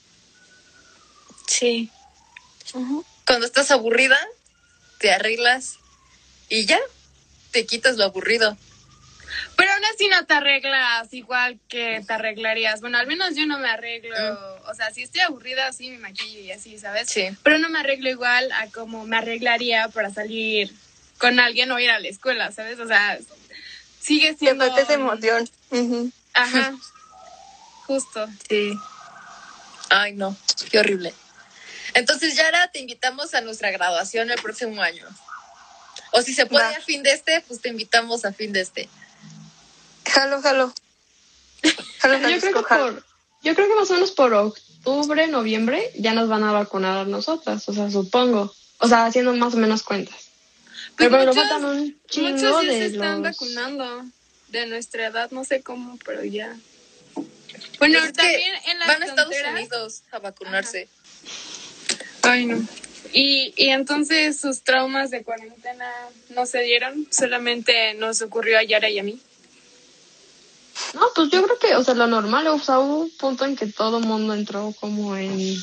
[SPEAKER 1] Sí.
[SPEAKER 5] Ujú.
[SPEAKER 1] Cuando estás aburrida, te arreglas y ya, te quitas lo aburrido.
[SPEAKER 3] Pero aún así no te arreglas igual que te arreglarías. Bueno, al menos yo no me arreglo.
[SPEAKER 1] Mm.
[SPEAKER 3] O sea, si estoy aburrida, sí me maquillo y así, ¿sabes?
[SPEAKER 1] Sí.
[SPEAKER 3] Pero no me arreglo igual a como me arreglaría para salir con alguien o ir a la escuela, ¿sabes? O sea, sigue
[SPEAKER 5] Te
[SPEAKER 3] siendo...
[SPEAKER 5] falta esa emoción. Ujú.
[SPEAKER 3] Ajá, justo.
[SPEAKER 1] Sí. Ay, no, qué horrible. Entonces, Yara, te invitamos a nuestra graduación el próximo año. O si se puede
[SPEAKER 5] Va.
[SPEAKER 1] a fin de este, pues te invitamos a fin de este.
[SPEAKER 5] Jalo, jalo. Jalo,
[SPEAKER 4] Yo creo
[SPEAKER 5] Jalisco,
[SPEAKER 4] que
[SPEAKER 5] jalo.
[SPEAKER 4] por, yo creo que más o menos por octubre, noviembre, ya nos van a vacunar a nosotras, o sea, supongo. O sea, haciendo más o menos cuentas. Pero, pero nos
[SPEAKER 3] muchos-
[SPEAKER 4] faltan un chingo
[SPEAKER 3] Muchos ya
[SPEAKER 4] de
[SPEAKER 3] se están
[SPEAKER 4] los...
[SPEAKER 3] vacunando de nuestra edad, no sé cómo, pero ya. Bueno,
[SPEAKER 1] Pues es que
[SPEAKER 3] también en las
[SPEAKER 1] van a Estados
[SPEAKER 3] fronteras-
[SPEAKER 1] Unidos a vacunarse.
[SPEAKER 3] Ay, no. Y, y entonces sus traumas de cuarentena no se dieron, solamente nos ocurrió a Yara y a mí.
[SPEAKER 4] No, pues yo creo que, o sea, lo normal, o sea, hubo un punto en que todo el mundo entró como en,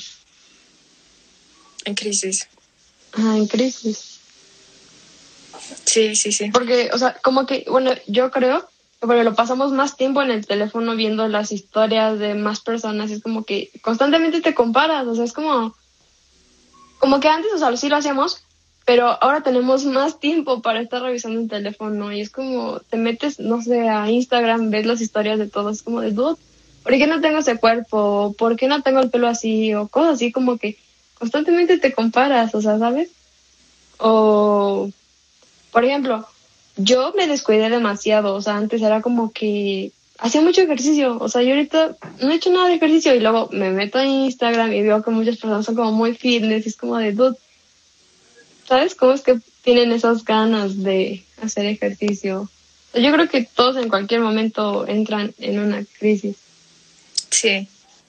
[SPEAKER 1] En crisis.
[SPEAKER 4] ajá, en crisis.
[SPEAKER 1] Sí, sí, sí.
[SPEAKER 4] Porque, o sea, como que, bueno, yo creo que porque lo pasamos más tiempo en el teléfono viendo las historias de más personas, es como que constantemente te comparas, o sea, es como, como que antes, o sea, sí lo hacíamos, pero ahora tenemos más tiempo para estar revisando el teléfono y es como, te metes, no sé, a Instagram, ves las historias de todos, es como de, dude, ¿por qué no tengo ese cuerpo? ¿Por qué no tengo el pelo así? O cosas así, como que constantemente te comparas, o sea, ¿sabes? O, por ejemplo, yo me descuidé demasiado, o sea, antes era como que hacía mucho ejercicio, o sea, yo ahorita no he hecho nada de ejercicio y luego me meto en Instagram y veo que muchas personas son como muy fitness y es como de, dude, ¿sabes cómo es que tienen esas ganas de hacer ejercicio? O sea, yo creo que todos en cualquier momento entran en una crisis.
[SPEAKER 1] Sí.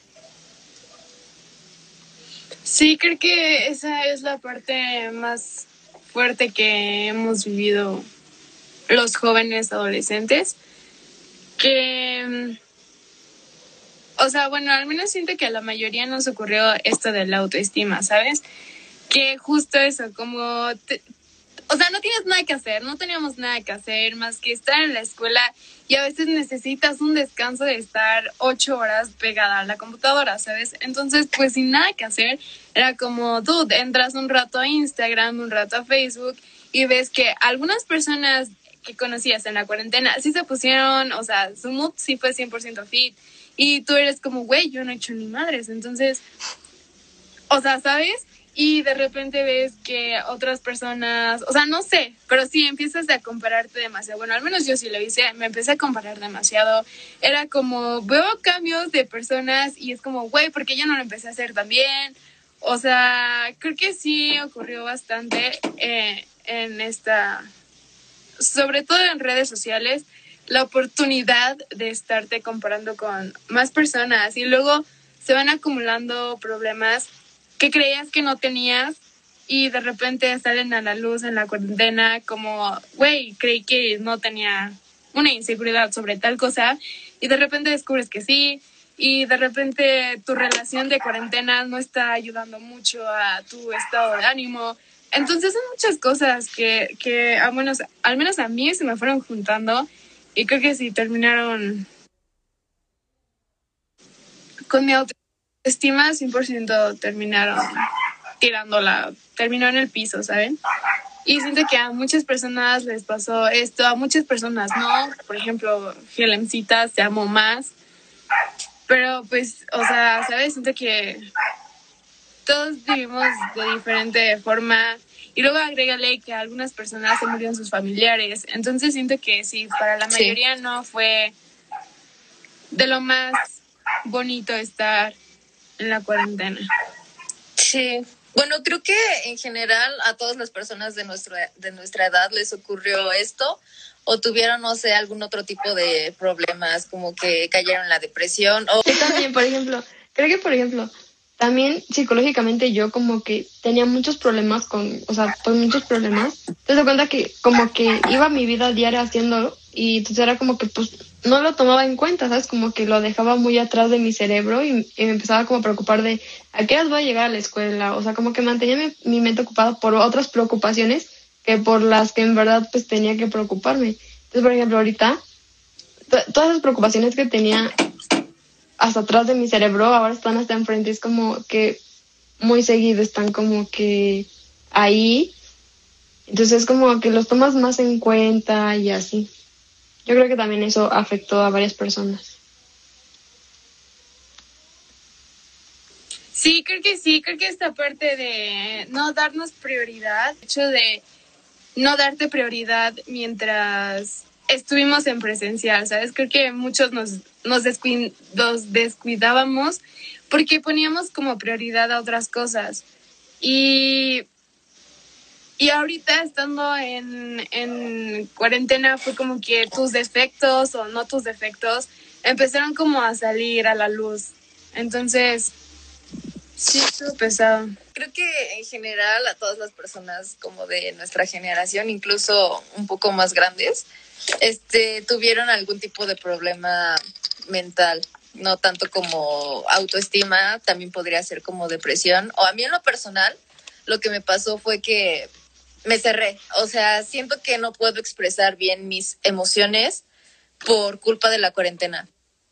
[SPEAKER 3] Sí, creo que esa es la parte más fuerte que hemos vivido los jóvenes adolescentes. Que, o sea, bueno, al menos siento que a la mayoría nos ocurrió esto de la autoestima, ¿sabes? Que justo eso, como... Te, o sea, no tienes nada que hacer, no teníamos nada que hacer más que estar en la escuela y a veces necesitas un descanso de estar ocho horas pegada a la computadora, ¿sabes? Entonces, pues sin nada que hacer, era como, dude, entras un rato a Instagram, un rato a Facebook y ves que algunas personas que conocías en la cuarentena sí se pusieron, o sea, su mood sí fue cien por ciento fit y tú eres como, güey, yo no he hecho ni madres, entonces, o sea, ¿sabes? Y de repente ves que otras personas, o sea, no sé, pero sí empiezas a compararte demasiado. Bueno, al menos yo sí lo hice, me empecé a comparar demasiado. Era como, veo cambios de personas y es como, güey, ¿por qué yo no lo empecé a hacer también? O sea, creo que sí ocurrió bastante eh, en esta, sobre todo en redes sociales, la oportunidad de estarte comparando con más personas y luego se van acumulando problemas que creías que no tenías y de repente salen a la luz en la cuarentena como, güey, creí que no tenía una inseguridad sobre tal cosa y de repente descubres que sí y de repente tu relación de cuarentena no está ayudando mucho a tu estado de ánimo. Entonces son muchas cosas que, que a menos, al menos a mí se me fueron juntando y creo que sí terminaron con mi autoestima cien por ciento terminaron tirándola, terminó en el piso, ¿saben? Y siento que a muchas personas les pasó esto, a muchas personas no. Por ejemplo, Helemcita, te amo más. Pero pues, o sea, ¿sabes? Siento que todos vivimos de diferente forma. Y luego agrégale que a algunas personas se murieron sus familiares. Entonces siento que sí, para la mayoría sí. No fue de lo más bonito estar en la cuarentena.
[SPEAKER 1] Sí. Bueno, creo que en general a todas las personas de nuestra, de nuestra edad les ocurrió esto o tuvieron, no sé, algún otro tipo de problemas, como que cayeron en la depresión. O...
[SPEAKER 4] Yo también, por ejemplo, creo que, por ejemplo, también psicológicamente yo como que tenía muchos problemas con, o sea, pues muchos problemas. Te das cuenta que como que iba mi vida diaria haciéndolo y entonces era como que pues no lo tomaba en cuenta, ¿sabes? Como que lo dejaba muy atrás de mi cerebro y, y me empezaba como a preocupar de a qué horas voy a llegar a la escuela. O sea, como que mantenía mi, mi mente ocupada por otras preocupaciones que por las que en verdad pues tenía que preocuparme. Entonces, por ejemplo, ahorita t- todas esas preocupaciones que tenía hasta atrás de mi cerebro ahora están hasta enfrente. Es como que muy seguido están como que ahí. Entonces es como que los tomas más en cuenta y así. Yo creo que también eso afectó a varias personas.
[SPEAKER 3] Sí, creo que sí, creo que esta parte de no darnos prioridad, el hecho de no darte prioridad mientras estuvimos en presencial, ¿sabes? Creo que muchos nos, nos, descuid, nos descuidábamos porque poníamos como prioridad a otras cosas. Y... Y ahorita estando en, en cuarentena fue como que tus defectos o no tus defectos empezaron como a salir a la luz. Entonces, sí, estuvo pesado.
[SPEAKER 1] Creo que en general a todas las personas como de nuestra generación, incluso un poco más grandes, este, tuvieron algún tipo de problema mental. No tanto como autoestima, también podría ser como depresión. O a mí en lo personal, lo que me pasó fue que me cerré, o sea, siento que no puedo expresar bien mis emociones por culpa de la cuarentena.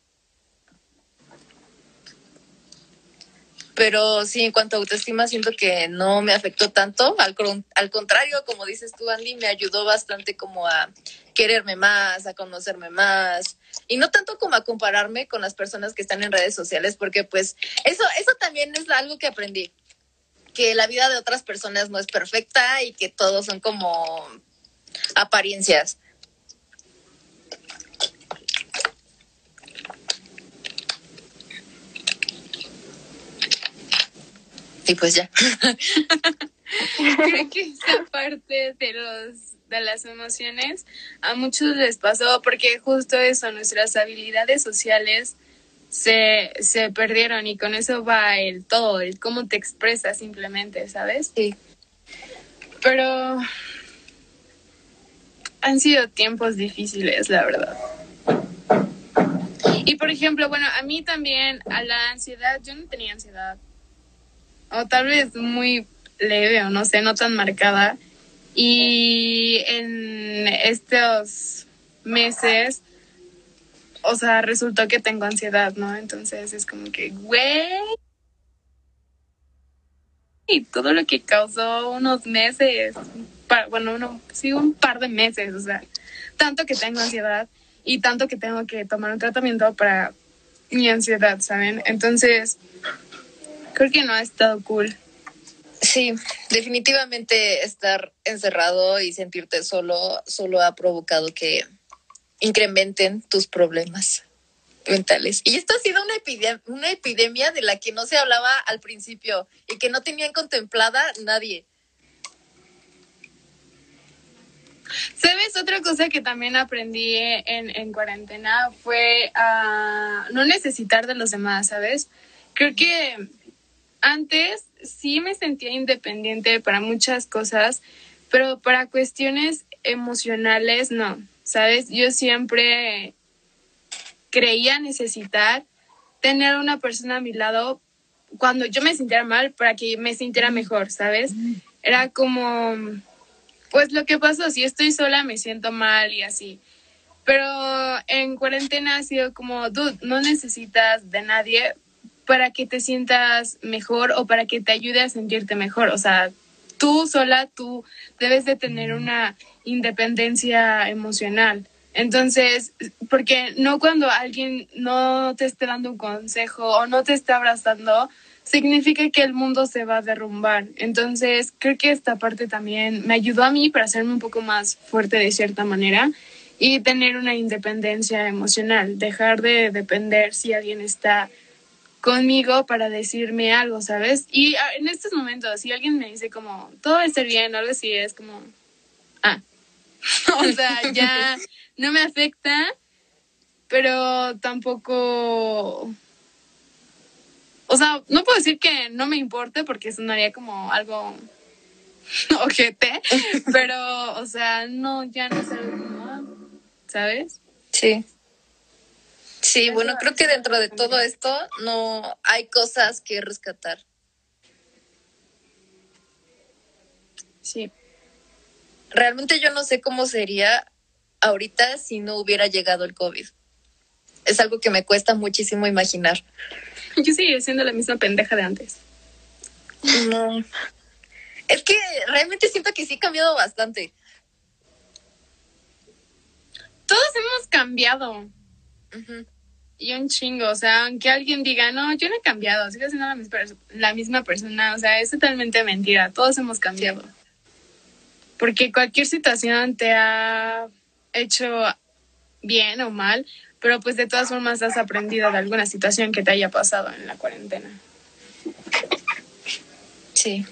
[SPEAKER 1] Pero sí, en cuanto a autoestima, siento que no me afectó tanto. Al, al contrario, como dices tú, Andy, me ayudó bastante como a quererme más, a conocerme más. Y no tanto como a compararme con las personas que están en redes sociales, porque pues eso, eso también es algo que aprendí. Que la vida de otras personas no es perfecta y que todos son como apariencias. Y pues ya.
[SPEAKER 3] Creo que esa parte de los de las emociones a muchos les pasó porque justo eso, nuestras habilidades sociales se, se perdieron y con eso va el todo, el cómo te expresas simplemente, ¿sabes?
[SPEAKER 1] Sí.
[SPEAKER 3] Pero han sido tiempos difíciles, la verdad. Y por ejemplo, bueno, a mí también, a la ansiedad, yo no tenía ansiedad. O tal vez muy leve o no sé, no tan marcada. Y en estos meses, o sea, resultó que tengo ansiedad, ¿no? Entonces es como que, güey, y todo lo que causó unos meses, par, bueno, uno, sí, un par de meses, o sea, tanto que tengo ansiedad y tanto que tengo que tomar un tratamiento para mi ansiedad, ¿saben? Entonces, creo que no ha estado cool.
[SPEAKER 1] Sí, definitivamente estar encerrado y sentirte solo, solo ha provocado que incrementen tus problemas mentales. Y esto ha sido una epidemia, una epidemia de la que no se hablaba al principio y que no tenían contemplada nadie.
[SPEAKER 3] ¿Sabes? Otra cosa que también aprendí en, en cuarentena fue a uh, no necesitar de los demás, ¿sabes? Creo que antes sí me sentía independiente para muchas cosas, pero para cuestiones emocionales no, ¿sabes? Yo siempre creía necesitar tener una persona a mi lado cuando yo me sintiera mal para que me sintiera mejor, ¿sabes? Era como, pues lo que pasó, si estoy sola me siento mal y así. Pero en cuarentena ha sido como, dude, no necesitas de nadie para que te sientas mejor o para que te ayude a sentirte mejor. O sea, tú sola, tú debes de tener una independencia emocional. Entonces, porque no cuando alguien no te esté dando un consejo o no te esté abrazando, significa que el mundo se va a derrumbar. Entonces, creo que esta parte también me ayudó a mí para hacerme un poco más fuerte de cierta manera y tener una independencia emocional, dejar de depender si alguien está conmigo para decirme algo, ¿sabes? Y en estos momentos, si alguien me dice como, todo va a estar bien, algo así, es como, ah, o sea, ya no me afecta, pero tampoco, o sea, no puedo decir que no me importe porque sonaría como algo ojete, pero, o sea, no, ya no es algo como, ¿sabes?
[SPEAKER 1] Sí. Sí, bueno, creo que dentro de todo esto no hay cosas que rescatar.
[SPEAKER 3] Sí.
[SPEAKER 1] Realmente yo no sé cómo sería ahorita si no hubiera llegado el COVID. Es algo que me cuesta muchísimo imaginar.
[SPEAKER 3] Yo sigo siendo la misma pendeja de antes.
[SPEAKER 1] No. Es que realmente siento que sí ha cambiado bastante.
[SPEAKER 3] Todos hemos cambiado.
[SPEAKER 1] Uh-huh.
[SPEAKER 3] Y un chingo, o sea, aunque alguien diga, no, yo no he cambiado, sigo siendo la misma, la misma persona, o sea, es totalmente mentira, todos hemos cambiado. Porque cualquier situación te ha hecho bien o mal, pero pues de todas formas has aprendido de alguna situación que te haya pasado en la cuarentena.
[SPEAKER 1] Sí.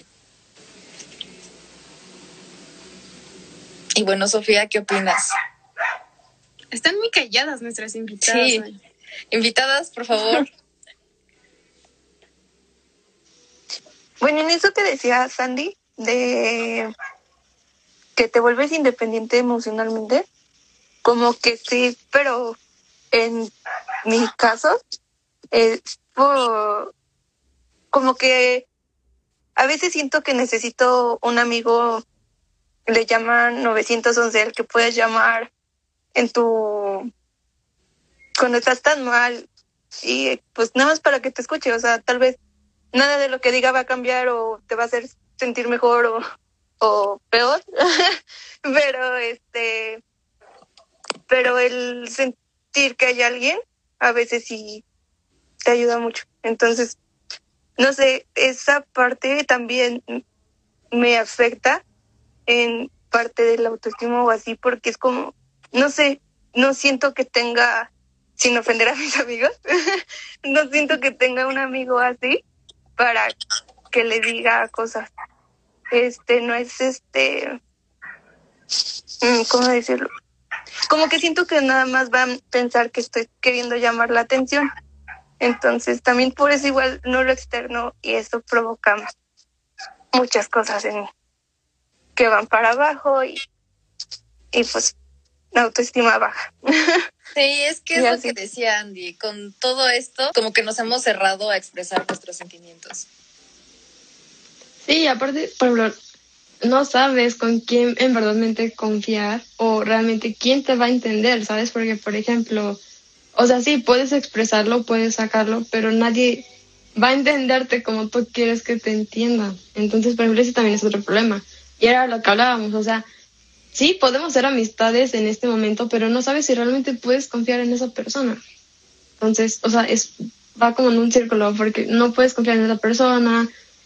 [SPEAKER 1] Y bueno, Sofía, ¿qué opinas?
[SPEAKER 3] Están muy calladas nuestras invitadas.
[SPEAKER 1] Sí.
[SPEAKER 3] Hoy.
[SPEAKER 1] Invitadas, por favor.
[SPEAKER 5] Bueno, en eso que decía Sandy, de que te vuelves independiente emocionalmente, como que sí, pero en mi caso es por, como que a veces siento que necesito un amigo, le llaman nueve once, el que puedes llamar en tu, cuando estás tan mal, y pues nada más para que te escuche, o sea, tal vez nada de lo que diga va a cambiar o te va a hacer sentir mejor o, o peor, pero este, pero el sentir que hay alguien a veces sí te ayuda mucho. Entonces, no sé, esa parte también me afecta en parte del autoestima o así, porque es como, no sé, no siento que tenga, sin ofender a mis amigos, no siento que tenga un amigo así para que le diga cosas. Este, no es este, ¿cómo decirlo? Como que siento que nada más van a pensar que estoy queriendo llamar la atención. Entonces, también por eso igual no lo externo y eso provoca muchas cosas en mí que van para abajo y, y pues la autoestima baja.
[SPEAKER 1] Sí, es que es lo que decía Andy. Con todo esto, como que nos hemos cerrado a expresar nuestros sentimientos.
[SPEAKER 4] Sí, aparte, por ejemplo, no sabes con quién en verdadmente confiar o realmente quién te va a entender, ¿sabes? Porque, por ejemplo, o sea, sí, puedes expresarlo, puedes sacarlo, pero nadie va a entenderte como tú quieres que te entiendan. Entonces, por ejemplo, ese también es otro problema. Y era lo que hablábamos, o sea, sí, podemos ser amistades en este momento, pero no sabes si realmente puedes confiar en esa persona. Entonces, o sea, es va como en un círculo, porque no puedes confiar en esa persona,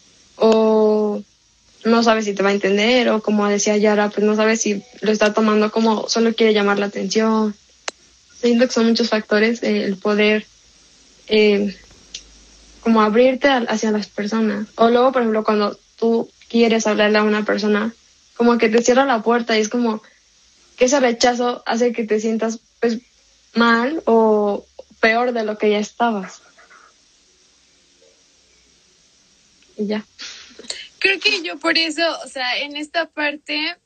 [SPEAKER 4] o no sabes si te va a entender, o como decía Yara, pues no sabes si lo está tomando como solo quiere llamar la atención. Siento que son muchos factores, eh, el poder eh, como abrirte a, hacia las personas. O luego, por ejemplo, cuando tú quieres hablarle a una persona, como que te cierra la puerta y es como que ese rechazo hace que te sientas pues mal o peor de lo que ya estabas. y ya.
[SPEAKER 3] Creo que yo por eso, o sea, en esta parte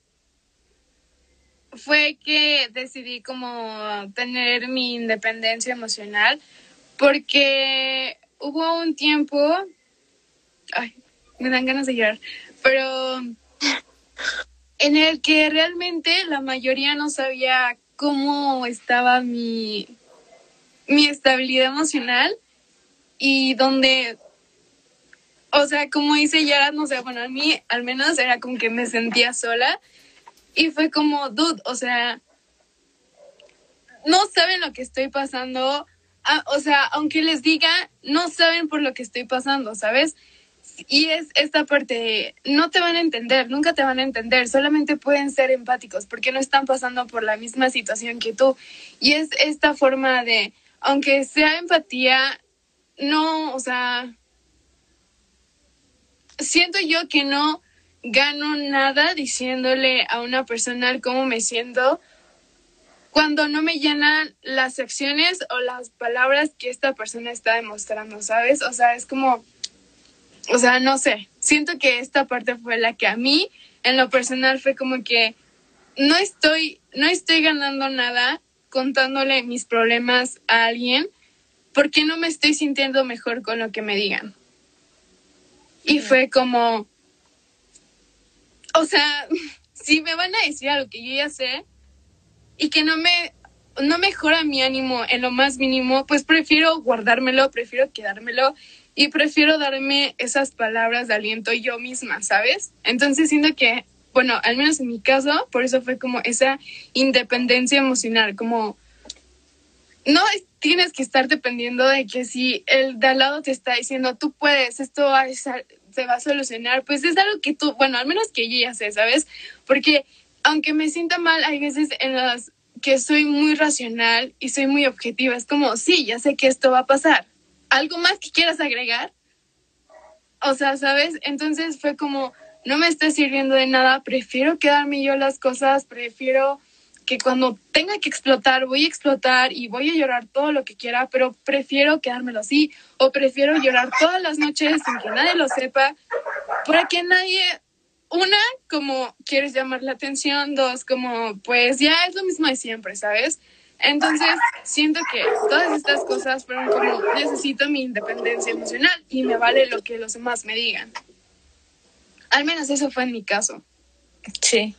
[SPEAKER 3] fue que decidí como tener mi independencia emocional, porque hubo un tiempo, ay, me dan ganas de llorar, pero en el que realmente la mayoría no sabía cómo estaba mi, mi estabilidad emocional, y donde, o sea, como dice Yara, no sé, bueno, a mí al menos era como que me sentía sola, y fue como, dude, o sea, no saben lo que estoy pasando, ah, o sea, aunque les diga, no saben por lo que estoy pasando, ¿sabes? Y es esta parte de, no te van a entender, nunca te van a entender, solamente pueden ser empáticos porque no están pasando por la misma situación que tú. Y es esta forma de, aunque sea empatía, no, o sea, siento yo que no gano nada diciéndole a una persona cómo me siento cuando no me llenan las acciones o las palabras que esta persona está demostrando, ¿sabes? O sea, es como, o sea, no sé, siento que esta parte fue la que a mí, en lo personal, fue como que no estoy, no estoy ganando nada contándole mis problemas a alguien porque no me estoy sintiendo mejor con lo que me digan. Y fue como, o sea, si me van a decir algo que yo ya sé y que no me, no mejora mi ánimo en lo más mínimo, pues prefiero guardármelo, prefiero quedármelo y prefiero darme esas palabras de aliento yo misma, ¿sabes? Entonces siento que, bueno, al menos en mi caso, por eso fue como esa independencia emocional, como no tienes que estar dependiendo de que si el de al lado te está diciendo, tú puedes, esto va a ser, se va a solucionar, pues es algo que tú, bueno, al menos que yo ya sé, ¿sabes? Porque aunque me sienta mal, hay veces en las que soy muy racional y soy muy objetiva. Es como, sí, ya sé que esto va a pasar. ¿Algo más que quieras agregar? O sea, ¿sabes? Entonces fue como, no me está sirviendo de nada, prefiero quedarme yo las cosas, prefiero que cuando tenga que explotar, voy a explotar y voy a llorar todo lo que quiera, pero prefiero quedármelo así, o prefiero llorar todas las noches sin que nadie lo sepa, para que nadie, una, como quieres llamar la atención, dos, como pues ya es lo mismo de siempre, ¿sabes? Entonces siento que todas estas cosas fueron como, necesito mi independencia emocional y me vale lo que los demás me digan. Al menos eso fue en mi caso.
[SPEAKER 1] Sí.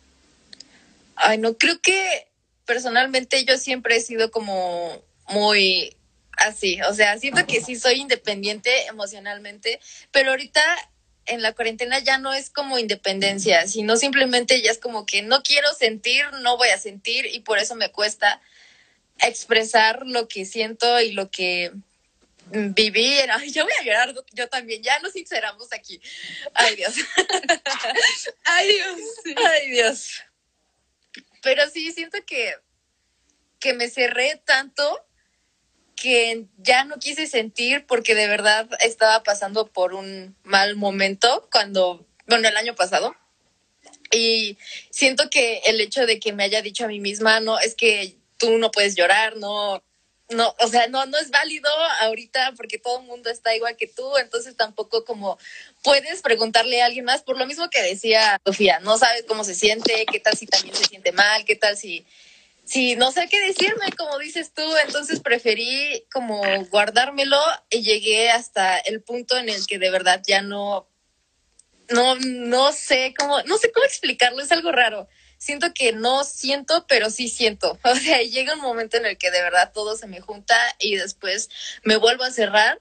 [SPEAKER 1] Ay, no, creo que personalmente yo siempre he sido como muy así, o sea, siento que sí soy independiente emocionalmente, pero ahorita en la cuarentena ya no es como independencia, sino simplemente ya es como que no quiero sentir, no voy a sentir y por eso me cuesta expresar lo que siento y lo que viví. Ay, yo voy a llorar, yo también, ya nos sinceramos aquí. Ay, Dios.
[SPEAKER 3] Ay, Dios. Sí.
[SPEAKER 1] Ay, Dios. Pero sí, siento que, que me cerré tanto que ya no quise sentir porque de verdad estaba pasando por un mal momento cuando, bueno, el año pasado. Y siento que el hecho de que me haya dicho a mí misma, no, es que tú no puedes llorar, no, no, o sea, no, no es válido ahorita porque todo el mundo está igual que tú, entonces tampoco como puedes preguntarle a alguien más, por lo mismo que decía Sofía, no sabes cómo se siente, qué tal si también se siente mal, qué tal si, si no sé qué decirme, como dices tú, entonces preferí como guardármelo y llegué hasta el punto en el que de verdad ya no, no, no sé cómo, no sé cómo explicarlo, es algo raro. Siento que no siento, pero sí siento. O sea, llega un momento en el que de verdad todo se me junta y después me vuelvo a cerrar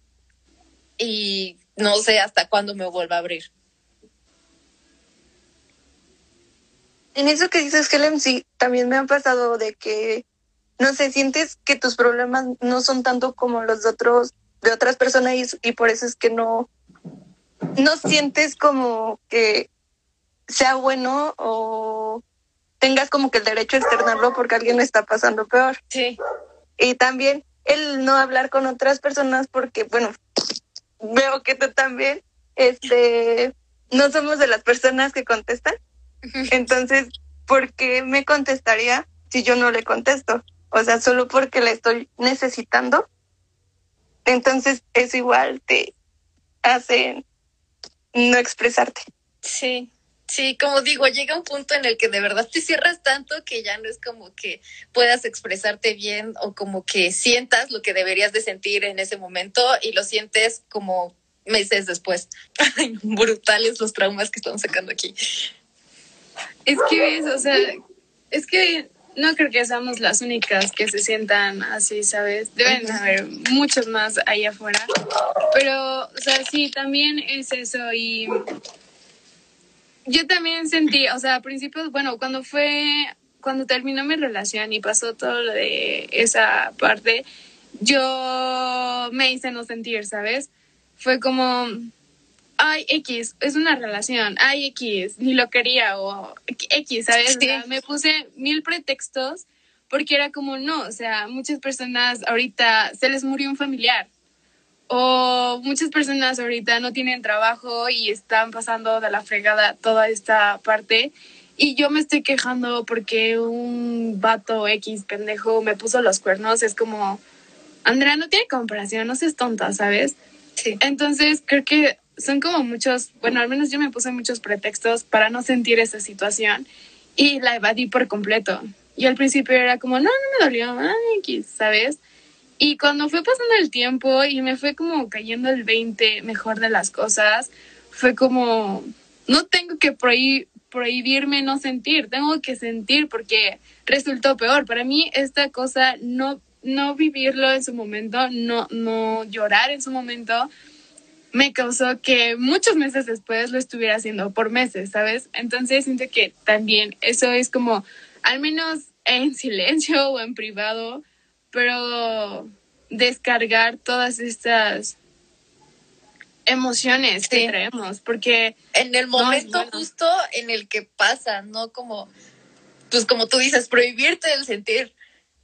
[SPEAKER 1] y no sé hasta cuándo me vuelva a abrir.
[SPEAKER 5] En eso que dices, Helen, sí, también me ha pasado de que, no sé, sientes que tus problemas no son tanto como los de otros, de otras personas y, y por eso es que no, no sientes como que sea bueno o tengas como que el derecho a externarlo porque alguien lo está pasando peor.
[SPEAKER 1] Sí.
[SPEAKER 5] Y también el no hablar con otras personas porque, bueno, veo que tú también, este, no somos de las personas que contestan. Entonces, ¿por qué me contestaría si yo no le contesto? O sea, solo porque la estoy necesitando. Entonces, eso igual te hace no expresarte.
[SPEAKER 1] Sí, sí, como digo, llega un punto en el que de verdad te cierras tanto que ya no es como que puedas expresarte bien o como que sientas lo que deberías de sentir en ese momento y lo sientes como meses después. Ay, brutales los traumas que estamos sacando aquí.
[SPEAKER 3] Es que ves, o sea, es que no creo que seamos las únicas que se sientan así, ¿sabes? Deben
[SPEAKER 1] Ujú.
[SPEAKER 3] haber muchos más ahí afuera. Pero, o sea, sí, también es eso. Y yo también sentí, o sea, a principios, bueno, cuando fue, cuando terminó mi relación y pasó todo lo de esa parte, yo me hice no sentir, ¿sabes? Fue como, ay, X, es una relación, ay, X, ni lo quería, o X, ¿sabes?
[SPEAKER 1] Sí.
[SPEAKER 3] O sea, me puse mil pretextos porque era como, no, o sea, muchas personas ahorita se les murió un familiar, o muchas personas ahorita no tienen trabajo y están pasando de la fregada toda esta parte, y yo me estoy quejando porque un vato X pendejo me puso los cuernos. Es como, Andrea, no tiene comparación, no seas tonta, ¿sabes?
[SPEAKER 1] Sí.
[SPEAKER 3] Entonces creo que son como muchos, bueno, al menos yo me puse muchos pretextos para no sentir esa situación y la evadí por completo. Y al principio era como, no, no me dolió, ay, X, ¿sabes? Y cuando fue pasando el tiempo y me fue como cayendo el veinte mejor de las cosas, fue como, no tengo que prohib- prohibirme no sentir, tengo que sentir porque resultó peor. Para mí esta cosa, no, no vivirlo en su momento, no, no llorar en su momento, me causó que muchos meses después lo estuviera haciendo por meses, ¿sabes? Entonces siento que también eso es como, al menos en silencio o en privado, pero descargar todas estas emociones
[SPEAKER 1] Sí.
[SPEAKER 3] que traemos, porque
[SPEAKER 1] En el
[SPEAKER 3] No, es
[SPEAKER 1] momento
[SPEAKER 3] bueno.
[SPEAKER 1] justo en el que pasa, no como, pues como tú dices, prohibirte el sentir.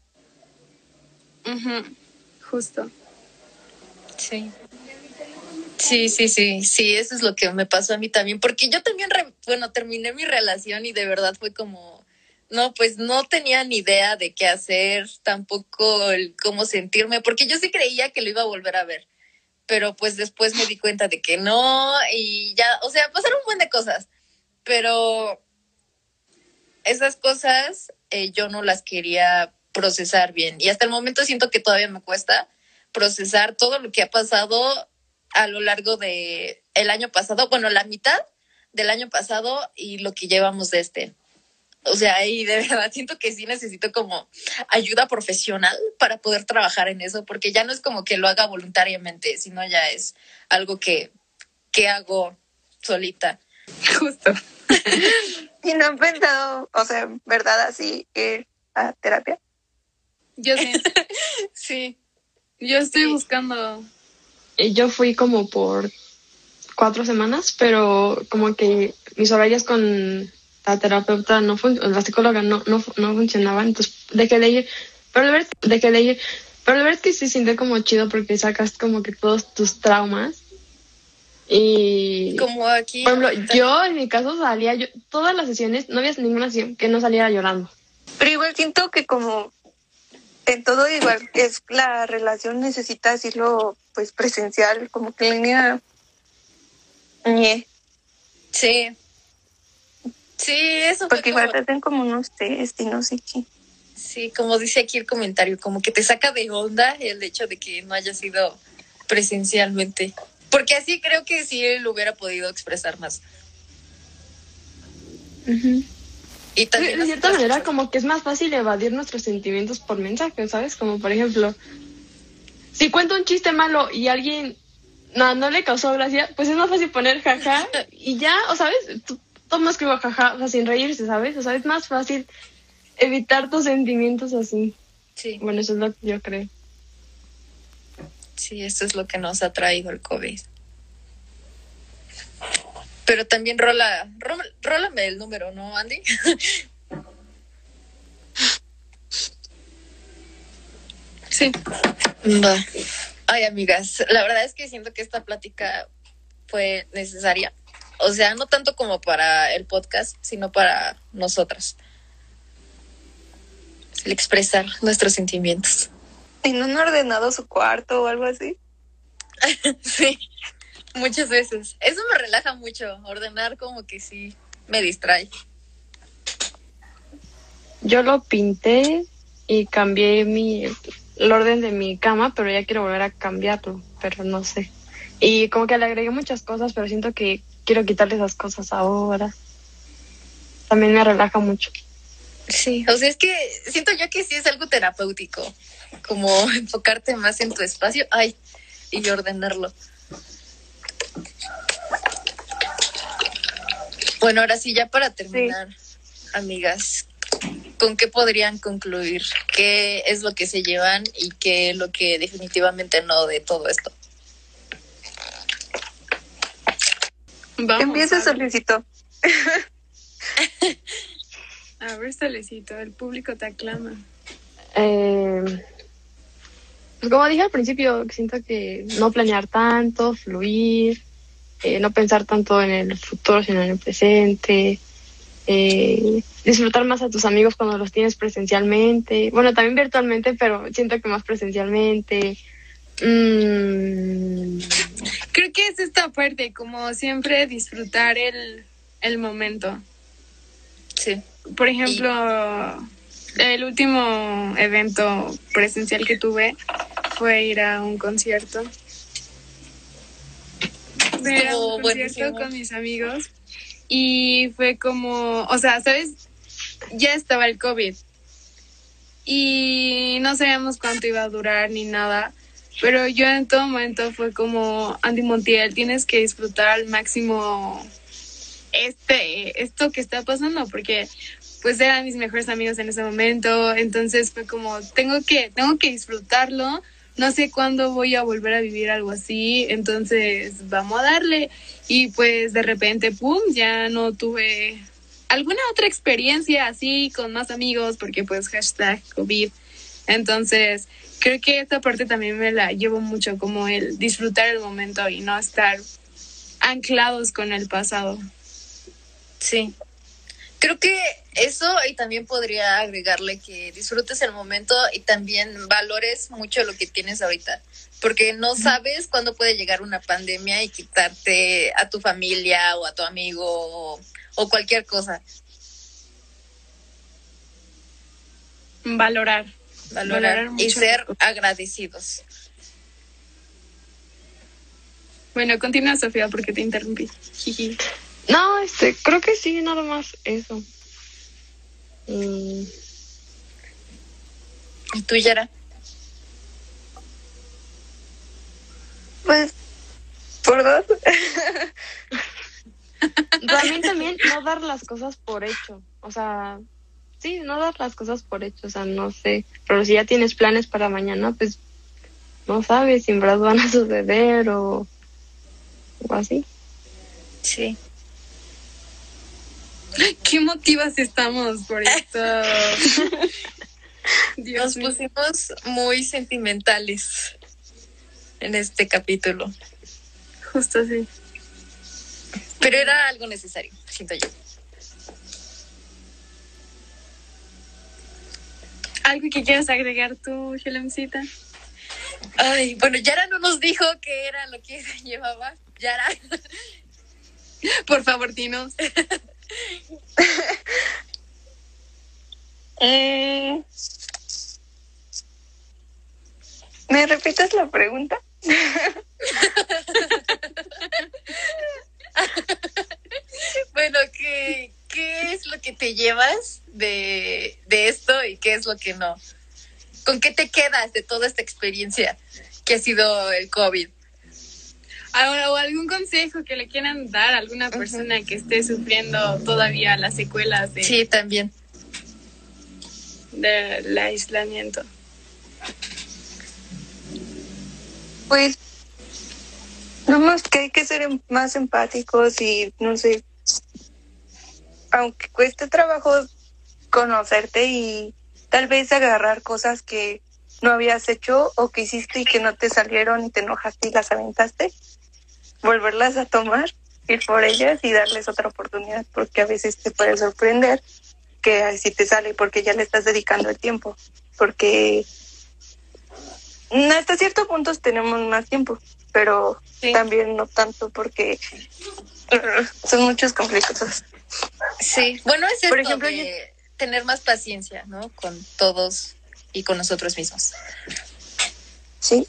[SPEAKER 3] ujú, justo.
[SPEAKER 1] Sí. Sí, sí, sí, sí, eso es lo que me pasó a mí también, porque yo también, re- bueno, terminé mi relación y de verdad fue como, no, pues no tenía ni idea de qué hacer, tampoco el cómo sentirme, porque yo sí creía que lo iba a volver a ver, pero pues después me di cuenta de que no y ya, o sea, pasaron un buen de cosas, pero esas cosas eh, yo no las quería procesar bien y hasta el momento siento que todavía me cuesta procesar todo lo que ha pasado a lo largo de el año pasado, bueno, la mitad del año pasado y lo que llevamos de este. O sea, y de verdad siento que sí necesito como ayuda profesional para poder trabajar en eso, porque ya no es como que lo haga voluntariamente, sino ya es algo que, que hago solita.
[SPEAKER 3] Justo.
[SPEAKER 5] ¿Y no han pensado, o sea, verdad, así, ir a terapia?
[SPEAKER 3] Yo sí,
[SPEAKER 1] Sí.
[SPEAKER 3] yo estoy
[SPEAKER 1] Sí.
[SPEAKER 3] buscando.
[SPEAKER 4] Y yo fui como por cuatro semanas, pero como que mis horarios con la terapeuta no fun- la psicóloga no, no, no funcionaban, entonces dejé de ir. Pero la verdad, dejé de ir. Pero la verdad es que se siente como chido porque sacas como que todos tus traumas. Y
[SPEAKER 1] Como aquí.
[SPEAKER 4] por ejemplo,
[SPEAKER 1] ahorita.
[SPEAKER 4] yo en mi caso salía, yo todas las sesiones, no había ninguna sesión que no saliera llorando.
[SPEAKER 5] Pero igual siento que como en todo igual es la relación necesita decirlo pues presencial, como que en línea. ñe,
[SPEAKER 1] Sí. Sí, eso fue
[SPEAKER 5] porque igual
[SPEAKER 1] como,
[SPEAKER 5] te hacen como unos test y no sé qué.
[SPEAKER 1] sí, como dice aquí el comentario, como que te saca de onda el hecho de que no haya sido presencialmente. Porque así creo que sí lo hubiera podido expresar más.
[SPEAKER 4] Uh-huh.
[SPEAKER 1] Y también
[SPEAKER 4] De
[SPEAKER 1] las
[SPEAKER 4] cierta
[SPEAKER 1] otras
[SPEAKER 4] manera,
[SPEAKER 1] cosas.
[SPEAKER 4] como que es más fácil evadir nuestros sentimientos por mensaje, ¿sabes? Como por ejemplo, si cuento un chiste malo y alguien no, no le causó gracia, pues es más fácil poner jaja y ya, o sabes, tú tomas escribo jaja, o sea, sin reírse, ¿sabes? O sea, es más fácil evitar tus sentimientos así.
[SPEAKER 1] Sí,
[SPEAKER 4] Bueno, eso es lo que yo creo.
[SPEAKER 1] sí, esto es lo que nos ha traído el COVID. Pero también rola, rola rólame el número, ¿no, Andy?
[SPEAKER 3] Sí.
[SPEAKER 1] Va. Ay, amigas, la verdad es que siento que esta plática fue necesaria. O sea, no tanto como para el podcast, sino para nosotras. El expresar nuestros sentimientos.
[SPEAKER 5] ¿Y no han ordenado su cuarto o algo así?
[SPEAKER 1] Sí. muchas veces. Eso me relaja mucho, ordenar como que sí me distrae.
[SPEAKER 4] Yo lo pinté y cambié mi el orden de mi cama, pero ya quiero volver a cambiarlo, pero no sé. Y como que le agregué muchas cosas, pero siento que quiero quitarle esas cosas ahora. También me relaja mucho.
[SPEAKER 1] Sí, o sea, es que siento yo que sí es algo terapéutico, como enfocarte más en tu espacio, ay, y ordenarlo. Bueno, ahora sí, ya para terminar, sí. Amigas, ¿con qué podrían concluir? ¿Qué es lo que se llevan y qué es lo que definitivamente no de todo esto?
[SPEAKER 5] Vamos, empieza, Solecito.
[SPEAKER 3] A ver, Solecito, el público te aclama.
[SPEAKER 4] Eh, pues como dije al principio, siento que no planear tanto, fluir, eh, no pensar tanto en el futuro, sino en el presente, eh, disfrutar más a tus amigos cuando los tienes presencialmente, bueno, también virtualmente, pero siento que más presencialmente. Mm.
[SPEAKER 3] Creo que es esta parte, como siempre, disfrutar el, el momento.
[SPEAKER 1] Sí.
[SPEAKER 3] Por ejemplo, y... el último evento presencial que tuve fue ir a un concierto. Fue a un concierto buenísimo. Con mis amigos. Y fue como, o sea, ¿sabes? Ya estaba el COVID. Y no sabíamos cuánto iba a durar ni nada. Pero yo en todo momento fue como, Andy Montiel, tienes que disfrutar al máximo este esto que está pasando, porque pues eran mis mejores amigos en ese momento. Entonces fue como, tengo que, tengo que disfrutarlo. No sé cuándo voy a volver a vivir algo así, entonces vamos a darle. Y pues de repente, pum, ya no tuve alguna otra experiencia así con más amigos, porque pues hashtag COVID. Entonces creo que esta parte también me la llevo mucho, como el disfrutar el momento y no estar anclados con el pasado.
[SPEAKER 1] Sí. Creo que eso, y también podría agregarle que disfrutes el momento y también valores mucho lo que tienes ahorita, porque no sabes cuándo puede llegar una pandemia y quitarte a tu familia o a tu amigo o, o cualquier cosa.
[SPEAKER 3] Valorar.
[SPEAKER 1] Valorar, Valorar y ser agradecidos.
[SPEAKER 3] Bueno, continúa, Sofía, porque te interrumpí. Jiji.
[SPEAKER 4] No, este, creo que sí, nada más eso. Mm.
[SPEAKER 1] ¿Y tú, Yara?
[SPEAKER 5] Pues, por dos.
[SPEAKER 4] También, también, no dar las cosas por hecho. O sea, sí, no dar las cosas por hecho. O sea, no sé. Pero si ya tienes planes para mañana, pues, no sabes si en verdad van a suceder o, o así.
[SPEAKER 1] Sí.
[SPEAKER 3] Qué motivas estamos por esto.
[SPEAKER 1] Dios Nos mío. Pusimos muy sentimentales en este capítulo.
[SPEAKER 3] Justo así.
[SPEAKER 1] Pero era algo necesario, siento yo.
[SPEAKER 3] ¿Algo que quieras agregar tú, Helemcita?
[SPEAKER 1] Ay, bueno, Yara no nos dijo qué era lo que se llevaba. Yara.
[SPEAKER 3] Por favor, dinos.
[SPEAKER 5] eh, ¿Me repites la pregunta?
[SPEAKER 1] Bueno, ¿qué, ¿qué es lo que te llevas de, de esto y qué es lo que no? ¿Con qué te quedas de toda esta experiencia que ha sido el COVID?
[SPEAKER 3] Ahora, o algún consejo que le quieran dar a alguna persona uh-huh. que esté sufriendo todavía las secuelas de,
[SPEAKER 1] sí, también
[SPEAKER 3] del aislamiento.
[SPEAKER 5] Pues, nomás que hay que ser más empáticos y, no sé, aunque cueste trabajo conocerte y tal vez agarrar cosas que no habías hecho o que hiciste y que no te salieron y te enojaste y las aventaste, volverlas a tomar, ir por ellas y darles otra oportunidad, porque a veces te puede sorprender que así te sale porque ya le estás dedicando el tiempo, porque hasta cierto punto tenemos más tiempo, pero
[SPEAKER 1] Sí.
[SPEAKER 5] también no tanto porque uh, son muchos conflictos.
[SPEAKER 1] Sí, bueno, es esto
[SPEAKER 5] Por ejemplo,
[SPEAKER 1] de tener más paciencia, ¿no? Con todos y con nosotros mismos.
[SPEAKER 5] Sí.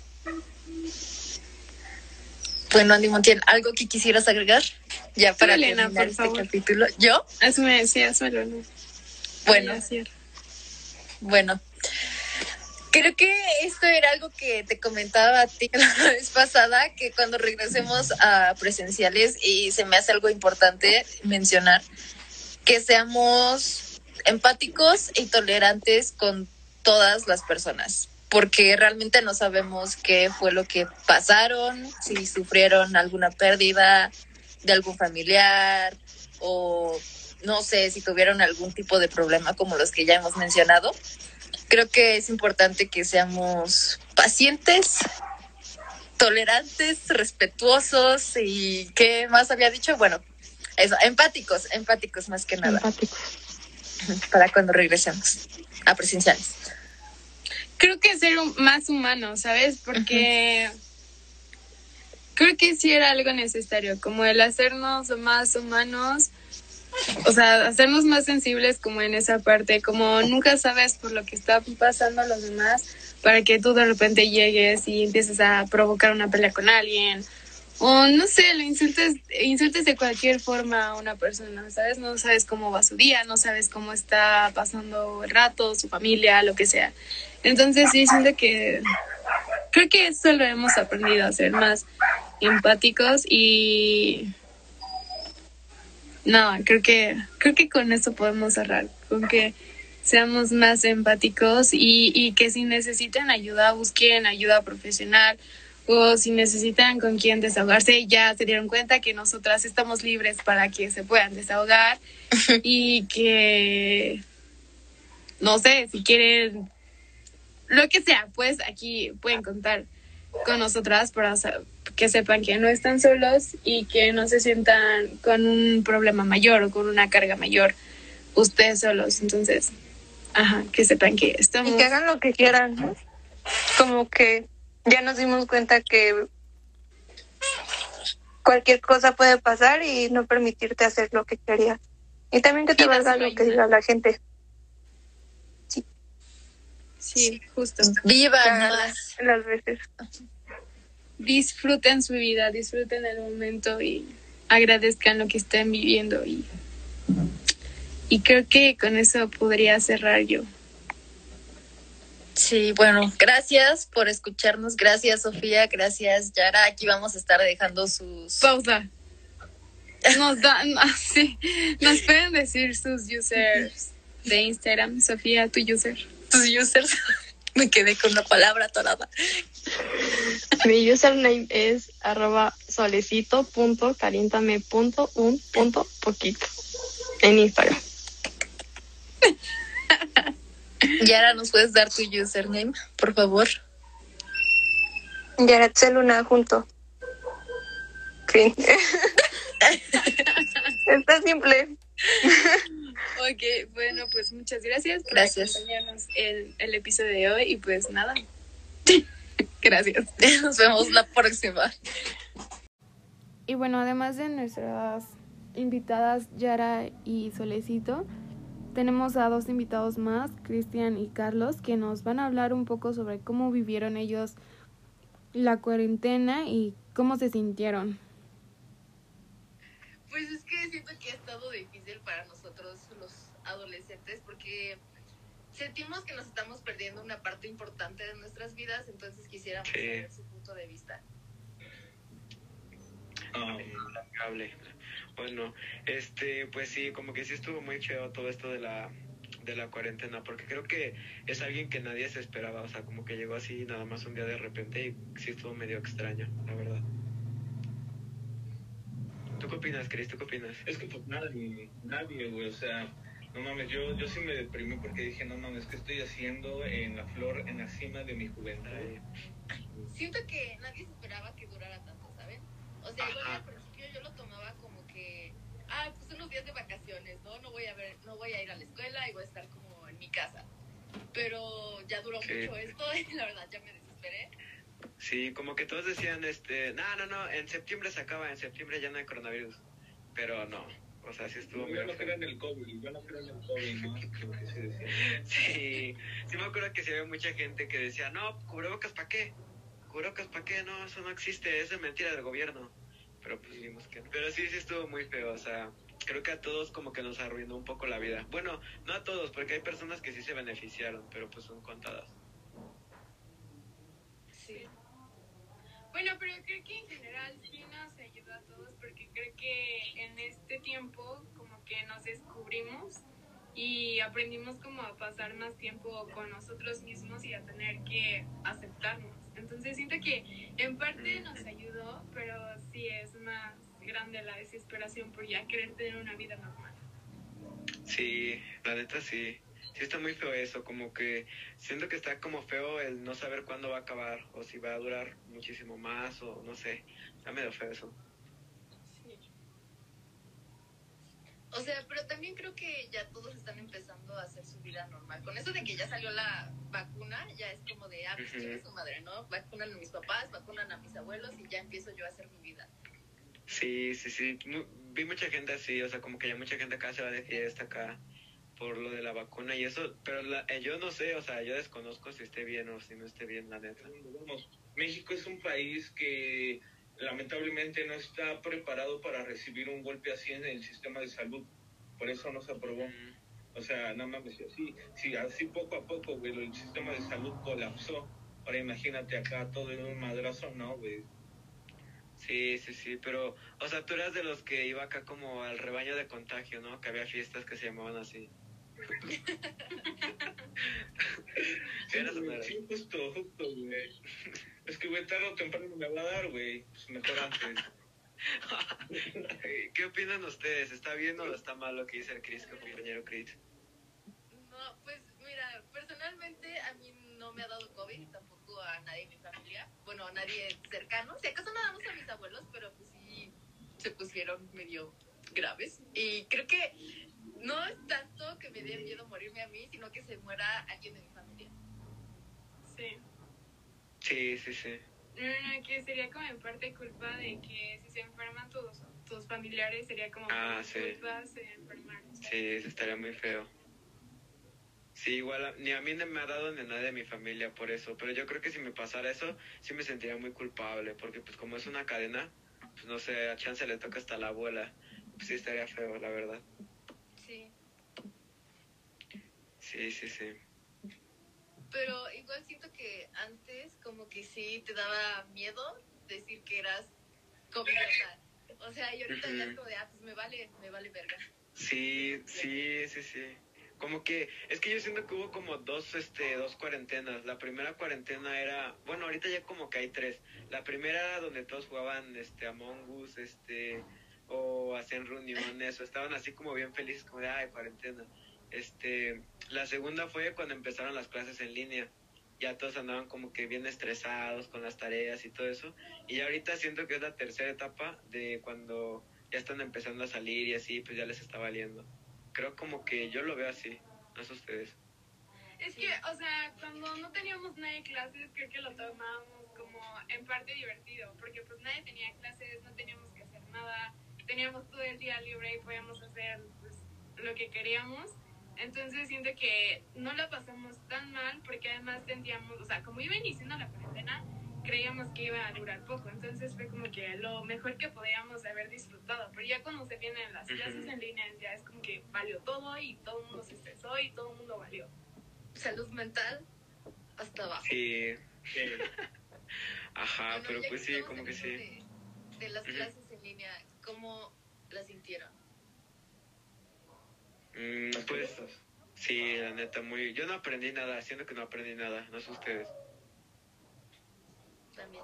[SPEAKER 1] Bueno, Andy Montiel, ¿algo que quisieras agregar? Ya para
[SPEAKER 3] Elena,
[SPEAKER 1] terminar
[SPEAKER 3] por
[SPEAKER 1] este
[SPEAKER 3] favor.
[SPEAKER 1] capítulo. ¿Yo?
[SPEAKER 3] Hazme, sí, hazmelo, ¿no?
[SPEAKER 1] Bueno,
[SPEAKER 3] Ya, cierra.
[SPEAKER 1] bueno. Creo que esto era algo que te comentaba a ti la vez pasada, que cuando regresemos a presenciales, y se me hace algo importante mencionar, que seamos empáticos y tolerantes con todas las personas, porque realmente no sabemos qué fue lo que pasaron, si sufrieron alguna pérdida de algún familiar o no sé, si tuvieron algún tipo de problema como los que ya hemos mencionado. Creo que es importante que seamos pacientes, tolerantes, respetuosos y ¿qué más había dicho? Bueno, eso, empáticos, empáticos más que nada.
[SPEAKER 4] Empáticos.
[SPEAKER 1] Para cuando regresemos a presenciales.
[SPEAKER 3] Creo que ser un- más humano, ¿sabes? Porque creo que sí era algo necesario, como el hacernos más humanos, o sea, hacernos más sensibles como en esa parte, como nunca sabes por lo que está pasando a los demás, para que tú de repente llegues y empieces a provocar una pelea con alguien, o no sé, lo insultes, insultes de cualquier forma a una persona, ¿sabes? No sabes cómo va su día, no sabes cómo está pasando el rato, su familia, lo que sea. Entonces sí, siento que creo que eso lo hemos aprendido a ser más empáticos y no, creo que creo que con eso podemos cerrar, con que seamos más empáticos y, y que si necesitan ayuda, busquen ayuda profesional o si necesitan con quién desahogarse, ya se dieron cuenta que nosotras estamos libres para que se puedan desahogar y que, no sé, si quieren, lo que sea, pues aquí pueden contar con nosotras para sa- que sepan que no están solos y que no se sientan con un problema mayor o con una carga mayor ustedes solos. Entonces, ajá, que sepan que estamos...
[SPEAKER 5] Y que hagan lo que quieran, ¿no? Como que ya nos dimos cuenta que cualquier cosa puede pasar y no permitirte hacer lo que querías. Y también que te
[SPEAKER 3] Vida
[SPEAKER 5] valga
[SPEAKER 3] solo
[SPEAKER 5] lo
[SPEAKER 3] hay
[SPEAKER 5] que
[SPEAKER 3] una.
[SPEAKER 5] diga la gente.
[SPEAKER 3] Sí, justo.
[SPEAKER 1] Vivan
[SPEAKER 5] Cágala
[SPEAKER 1] más.
[SPEAKER 5] las veces.
[SPEAKER 3] Disfruten su vida, disfruten el momento y agradezcan lo que están viviendo. Y, y creo que con eso podría cerrar yo.
[SPEAKER 1] Sí, bueno, gracias por escucharnos. Gracias, Sofía. Gracias, Yara. Aquí vamos a estar dejando sus...
[SPEAKER 3] Pausa. Nos dan, ah, sí, nos pueden decir sus users de Instagram. Sofía, tu user.
[SPEAKER 1] sus users. Me quedé con una palabra atorada.
[SPEAKER 4] Mi username es arroba solecito punto caliéntame punto un punto poquito en Instagram.
[SPEAKER 1] Yara, ¿nos puedes dar tu username, por favor?
[SPEAKER 5] Yaratzel Luna junto. Fin. Está simple.
[SPEAKER 3] Ok, bueno, pues muchas gracias por
[SPEAKER 1] Gracias.
[SPEAKER 3] acompañarnos en el episodio de hoy y pues nada. Gracias.
[SPEAKER 1] Nos vemos la próxima.
[SPEAKER 2] Y bueno, además de nuestras invitadas Yara y Solecito, tenemos a dos invitados más, Cristian y Carlos, que nos van a hablar un poco sobre cómo vivieron ellos la cuarentena y cómo se sintieron.
[SPEAKER 1] Pues es que siento que ha estado difícil para nosotros los adolescentes porque sentimos que nos estamos perdiendo una parte importante de nuestras vidas, entonces quisiéramos
[SPEAKER 6] Sí.
[SPEAKER 1] saber su punto de vista.
[SPEAKER 6] Um, lamentable. Bueno, este, pues sí, como que sí estuvo muy feo todo esto de la de la cuarentena, porque creo que es alguien que nadie se esperaba, o sea, como que llegó así nada más un día de repente y sí estuvo medio extraño, la verdad. ¿Tú qué opinas, Cris? ¿Tú qué opinas?
[SPEAKER 7] Es que pues nadie, nadie, güey, o sea, no mames, yo, yo sí me deprimí porque dije, no mames, ¿qué estoy haciendo en la flor, en la cima de mi juventud?
[SPEAKER 6] Ay,
[SPEAKER 1] Siento que nadie se esperaba que durara tanto, ¿saben? O sea, igual
[SPEAKER 6] Ajá.
[SPEAKER 1] al principio yo lo tomaba como que, ah, pues unos días de vacaciones, ¿no? No voy a ver, no voy a ir a la escuela y voy a estar como en mi casa. Pero ya duró
[SPEAKER 6] Sí.
[SPEAKER 1] mucho esto y la verdad ya me desesperé.
[SPEAKER 6] Sí, como que todos decían, este, no, no, no, en septiembre se acaba, en septiembre ya no hay coronavirus. Pero no, o sea, sí estuvo
[SPEAKER 7] Yo
[SPEAKER 6] muy
[SPEAKER 7] no
[SPEAKER 6] feo.
[SPEAKER 7] creo en el COVID, yo no creo en el COVID, ¿no? Lo que se decía.
[SPEAKER 6] Sí, sí me acuerdo que sí había mucha gente que decía, no, cubrebocas ¿para qué? Cubrebocas ¿para qué? No, eso no existe, es de mentira del gobierno. Pero pues vimos que no. Pero sí, sí estuvo muy feo, o sea, creo que a todos como que nos arruinó un poco la vida. Bueno, no a todos, porque hay personas que sí se beneficiaron, pero pues son contadas.
[SPEAKER 1] Sí.
[SPEAKER 3] Bueno, pero creo que en general sí nos ayudó a todos porque creo que en este tiempo como que nos descubrimos y aprendimos como a pasar más tiempo con nosotros mismos y a tener que aceptarnos. Entonces siento que en parte nos ayudó, pero sí es más grande la desesperación por ya querer tener una vida normal.
[SPEAKER 6] Sí, la neta sí. Sí está muy feo eso, como que siento que está como feo el no saber cuándo va a acabar o si va a durar muchísimo más o no sé. Está medio feo eso.
[SPEAKER 3] Sí.
[SPEAKER 1] O sea, pero también creo que ya todos están empezando a hacer su vida normal. Con eso de que ya salió la vacuna, ya es como de, ah, pues
[SPEAKER 6] Ujú.
[SPEAKER 1] chingue su madre, ¿no? Vacunan a mis papás, vacunan a mis abuelos y ya empiezo yo a hacer mi vida.
[SPEAKER 6] Sí, sí, sí. Mu- Vi mucha gente así, o sea, como que ya mucha gente acá se va de fiesta acá por lo de la vacuna y eso, pero la, eh, yo no sé, o sea, yo desconozco si esté bien o si no esté bien, la neta.
[SPEAKER 7] Vamos, México es un país que lamentablemente no está preparado para recibir un golpe así en el sistema de salud. Por eso no se aprobó.
[SPEAKER 6] Mm,
[SPEAKER 7] O sea, nada más decía, sí, sí, así poco a poco, güey, el sistema de salud colapsó. Ahora imagínate acá todo en un madrazo, no, güey.
[SPEAKER 6] Sí, sí, sí, pero, o sea, tú eras de los que iba acá como al rebaño de contagio, ¿no? Que había fiestas que se llamaban así.
[SPEAKER 7] Sí,
[SPEAKER 6] ¿Eras o no
[SPEAKER 7] güey,
[SPEAKER 6] eras?
[SPEAKER 7] sí, justo, justo, güey. Es que, güey, tarde o temprano me va a dar, güey. Pues mejor antes.
[SPEAKER 6] ¿Qué opinan ustedes? ¿Está bien o está mal lo que dice el Chris, compañero Chris?
[SPEAKER 1] No, pues mira, personalmente a mí no me ha dado COVID, tampoco a nadie en mi familia. Bueno, a nadie cercano. Si acaso nada más a mis abuelos, pero pues sí se pusieron medio graves. Y creo que no es tanto que me dé miedo morirme a mí, sino que se muera alguien de mi familia.
[SPEAKER 3] Sí.
[SPEAKER 6] Sí, sí, sí.
[SPEAKER 3] No, no, que sería como en parte culpa de que si se enferman tus, tus familiares, sería como
[SPEAKER 6] Ah,
[SPEAKER 3] por
[SPEAKER 6] sí.
[SPEAKER 3] culpa se enfermaron.
[SPEAKER 6] Sí, eso estaría muy feo. Sí, igual a- ni a mí no me ha dado ni a nadie de mi familia por eso, pero yo creo que si me pasara eso, sí me sentiría muy culpable, porque pues como es una cadena, pues no sé, a chance le toca hasta la abuela, pues sí estaría feo, la verdad.
[SPEAKER 1] Sí.
[SPEAKER 6] Sí, sí, sí.
[SPEAKER 1] Pero igual siento que antes como que sí te daba miedo decir que eras covidota. O sea, y ahorita ya es como de, ah, pues me vale, me vale verga.
[SPEAKER 6] Sí, sí, sí, sí. Como que, es que yo siento que hubo como dos, este, dos cuarentenas. La primera cuarentena era, bueno, ahorita ya como que hay tres. La primera era donde todos jugaban, este, Among Us, este, o hacían reuniones, o estaban así como bien felices, como de, ay, cuarentena. Este, la segunda fue cuando empezaron las clases en línea. Ya todos andaban como que bien estresados con las tareas y todo eso. Y ya ahorita siento que es la tercera etapa de cuando ya están empezando a salir y así, pues ya les está valiendo. Creo como que yo lo veo así, no sé ustedes.
[SPEAKER 3] Es que, o sea, cuando no teníamos nada de clases, creo que lo tomábamos como en parte divertido, porque pues nadie tenía clases, no teníamos que hacer nada, teníamos todo el día libre y podíamos hacer pues, lo que queríamos. Entonces siento que no la pasamos tan mal, porque además sentíamos, o sea, como iba iniciando la cuarentena, creíamos que iba a durar poco, entonces fue como que lo mejor que podíamos haber disfrutado, pero ya cuando se vienen las clases en línea ya es como que valió todo y todo el mundo se estresó y todo el mundo valió.
[SPEAKER 1] Salud mental hasta abajo.
[SPEAKER 6] Sí,
[SPEAKER 7] Eh,
[SPEAKER 6] ajá,
[SPEAKER 1] Bueno,
[SPEAKER 6] pero
[SPEAKER 1] ya
[SPEAKER 6] pues
[SPEAKER 1] que
[SPEAKER 6] sí,
[SPEAKER 1] estamos
[SPEAKER 6] como que
[SPEAKER 1] hablando
[SPEAKER 6] sí.
[SPEAKER 1] De, de las
[SPEAKER 6] Ujú.
[SPEAKER 1] clases en línea, ¿cómo las sintieron?
[SPEAKER 6] Mm,
[SPEAKER 7] las
[SPEAKER 6] pues
[SPEAKER 7] cosas.
[SPEAKER 6] sí, la neta, muy... Yo no aprendí nada, siento que no aprendí nada, no sé ustedes.
[SPEAKER 1] También.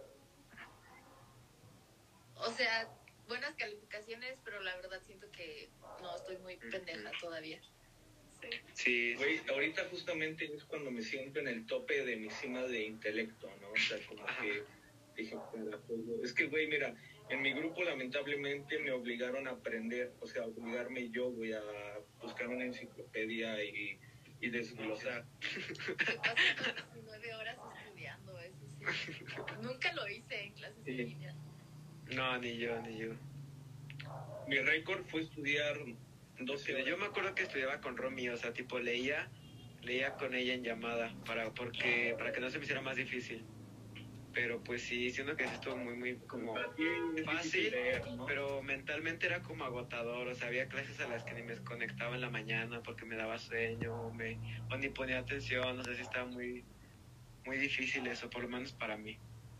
[SPEAKER 1] O sea, buenas calificaciones, pero la verdad siento que no, estoy muy pendeja todavía.
[SPEAKER 3] Sí.
[SPEAKER 6] Sí,
[SPEAKER 7] Güey, ahorita justamente es cuando me siento en el tope de mi cima de intelecto, ¿no? O sea, como que dije, "Carajo, es que, güey, mira, en mi grupo lamentablemente me obligaron a aprender, o sea, obligarme yo, güey, a buscar una enciclopedia y, y desglosar.
[SPEAKER 1] Que pasan diecinueve horas estudiando, eso Nunca lo hice en clases en
[SPEAKER 7] Sí.
[SPEAKER 1] línea.
[SPEAKER 6] No, ni yo, ni yo.
[SPEAKER 7] Mi récord fue estudiar doce horas.
[SPEAKER 6] Yo me acuerdo que estudiaba con Romy, o sea, tipo leía, leía con ella en llamada para, porque, para que no se me hiciera más difícil. Pero pues sí, siento que sí estuvo muy, muy como
[SPEAKER 7] Para ti es
[SPEAKER 6] fácil,
[SPEAKER 7] difícil leer, ¿no?
[SPEAKER 6] pero mentalmente era como agotador. O sea, había clases a las que ni me conectaba en la mañana porque me daba sueño o, me, o ni ponía atención. O sea, sí estaba muy, muy difícil eso, por lo menos para mí.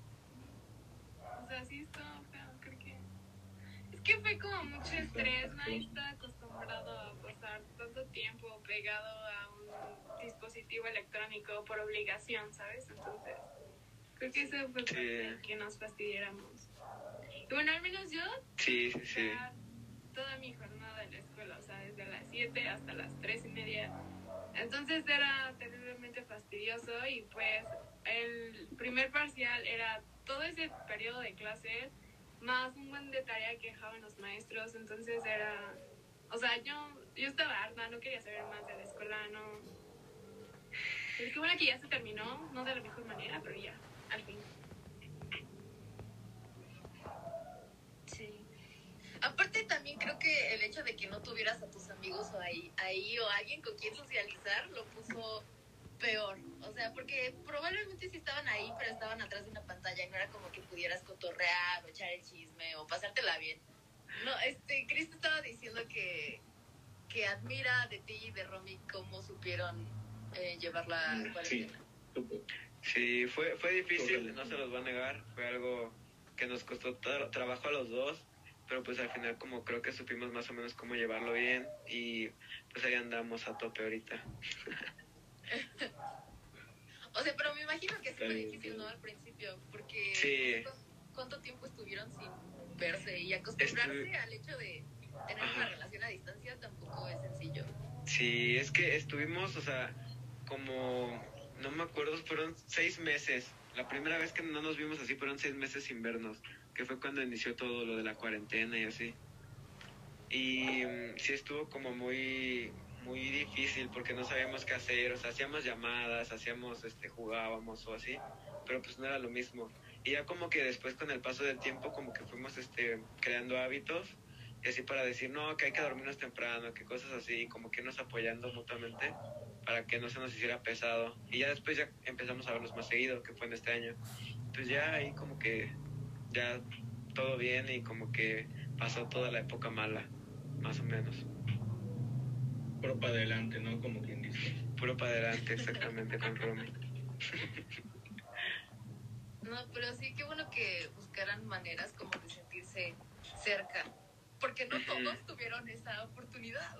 [SPEAKER 3] O sea, sí estuvo feo, creo que... Es que fue como mucho estrés, nadie está acostumbrado a pasar tanto tiempo pegado a un dispositivo electrónico por obligación, ¿sabes? Entonces, creo que eso fue parte de que nos fastidiáramos. Y bueno, al menos yo,
[SPEAKER 6] Sí, sí, sí.
[SPEAKER 3] ya toda mi jornada en la escuela, o sea, desde las siete hasta las tres y media. Entonces era terriblemente fastidioso y pues el primer parcial era todo ese periodo de clases más un buen de tarea que dejaban los maestros. Entonces era, o sea, yo, yo estaba harta, no quería saber más de la escuela, no. Pero qué bueno que ya se terminó, no de la mejor manera, pero ya, al fin.
[SPEAKER 1] Sí. Aparte también creo que el hecho de que no tuvieras a tus amigos o ahí, ahí o alguien con quien socializar lo puso peor. O sea, porque probablemente sí estaban ahí, pero estaban atrás de una pantalla y no era como que pudieras cotorrear o echar el chisme o pasártela bien. No, este, Cristo estaba diciendo que, que admira de ti y de Romy cómo supieron eh, llevar la cuarentena.
[SPEAKER 7] Sí.
[SPEAKER 6] Sí, fue, fue difícil, no se los voy a negar. Fue algo que nos costó tra- trabajo a los dos, pero pues al final como creo que supimos más o menos cómo llevarlo bien y pues ahí andamos a tope ahorita.
[SPEAKER 1] O sea, pero me imagino que sí fue difícil, ¿no? Al principio, porque
[SPEAKER 6] Sí.
[SPEAKER 1] ¿cuánto, cuánto tiempo estuvieron sin verse? Y acostumbrarse
[SPEAKER 6] Estu-
[SPEAKER 1] al hecho de tener
[SPEAKER 6] Ajá.
[SPEAKER 1] una relación a distancia tampoco es sencillo.
[SPEAKER 6] Sí, es que estuvimos, o sea, como, no me acuerdo, fueron seis meses. La primera vez que no nos vimos así fueron seis meses sin vernos, que fue cuando inició todo lo de la cuarentena y así. Y mm, sí estuvo como muy, muy difícil porque no sabíamos qué hacer, o sea, hacíamos llamadas, hacíamos, este, jugábamos o así, pero pues no era lo mismo. Y ya como que después con el paso del tiempo como que fuimos, este, creando hábitos y así para decir, no, que hay que dormirnos temprano, que cosas así, como que nos apoyando mutuamente para que no se nos hiciera pesado. Y ya después ya empezamos a vernos más seguido, que fue en este año. Pues ya ahí como que ya todo bien y como que pasó toda la época mala, más o menos.
[SPEAKER 7] Puro para adelante, ¿no? Como quien dice.
[SPEAKER 6] Puro para adelante, exactamente, con Romy.
[SPEAKER 1] No, pero sí, qué bueno que buscaran maneras como de sentirse cerca, porque no todos tuvieron esa oportunidad.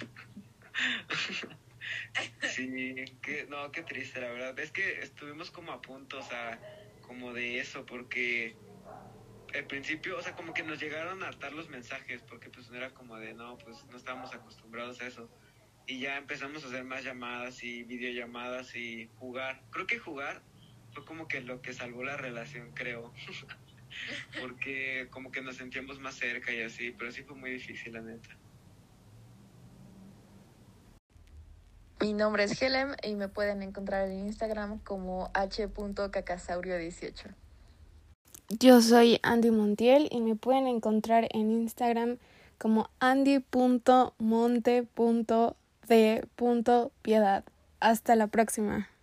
[SPEAKER 6] Sí, que, no, qué triste, la verdad. Es que estuvimos como a punto, o sea, como de eso, porque al principio, o sea, como que nos llegaron a hartar los mensajes, porque pues no era como de, no, pues no estábamos acostumbrados a eso. Y ya empezamos a hacer más llamadas y videollamadas y jugar. Creo que jugar fue como que lo que salvó la relación, creo. Porque como que nos sentíamos más cerca y así, pero sí fue muy difícil, la neta.
[SPEAKER 1] Mi nombre es Helem y me pueden encontrar en Instagram como h punto cacasaurio dieciocho.
[SPEAKER 2] Yo soy Andy Montiel y me pueden encontrar en Instagram como andy punto monte punto de punto piedad. Hasta la próxima.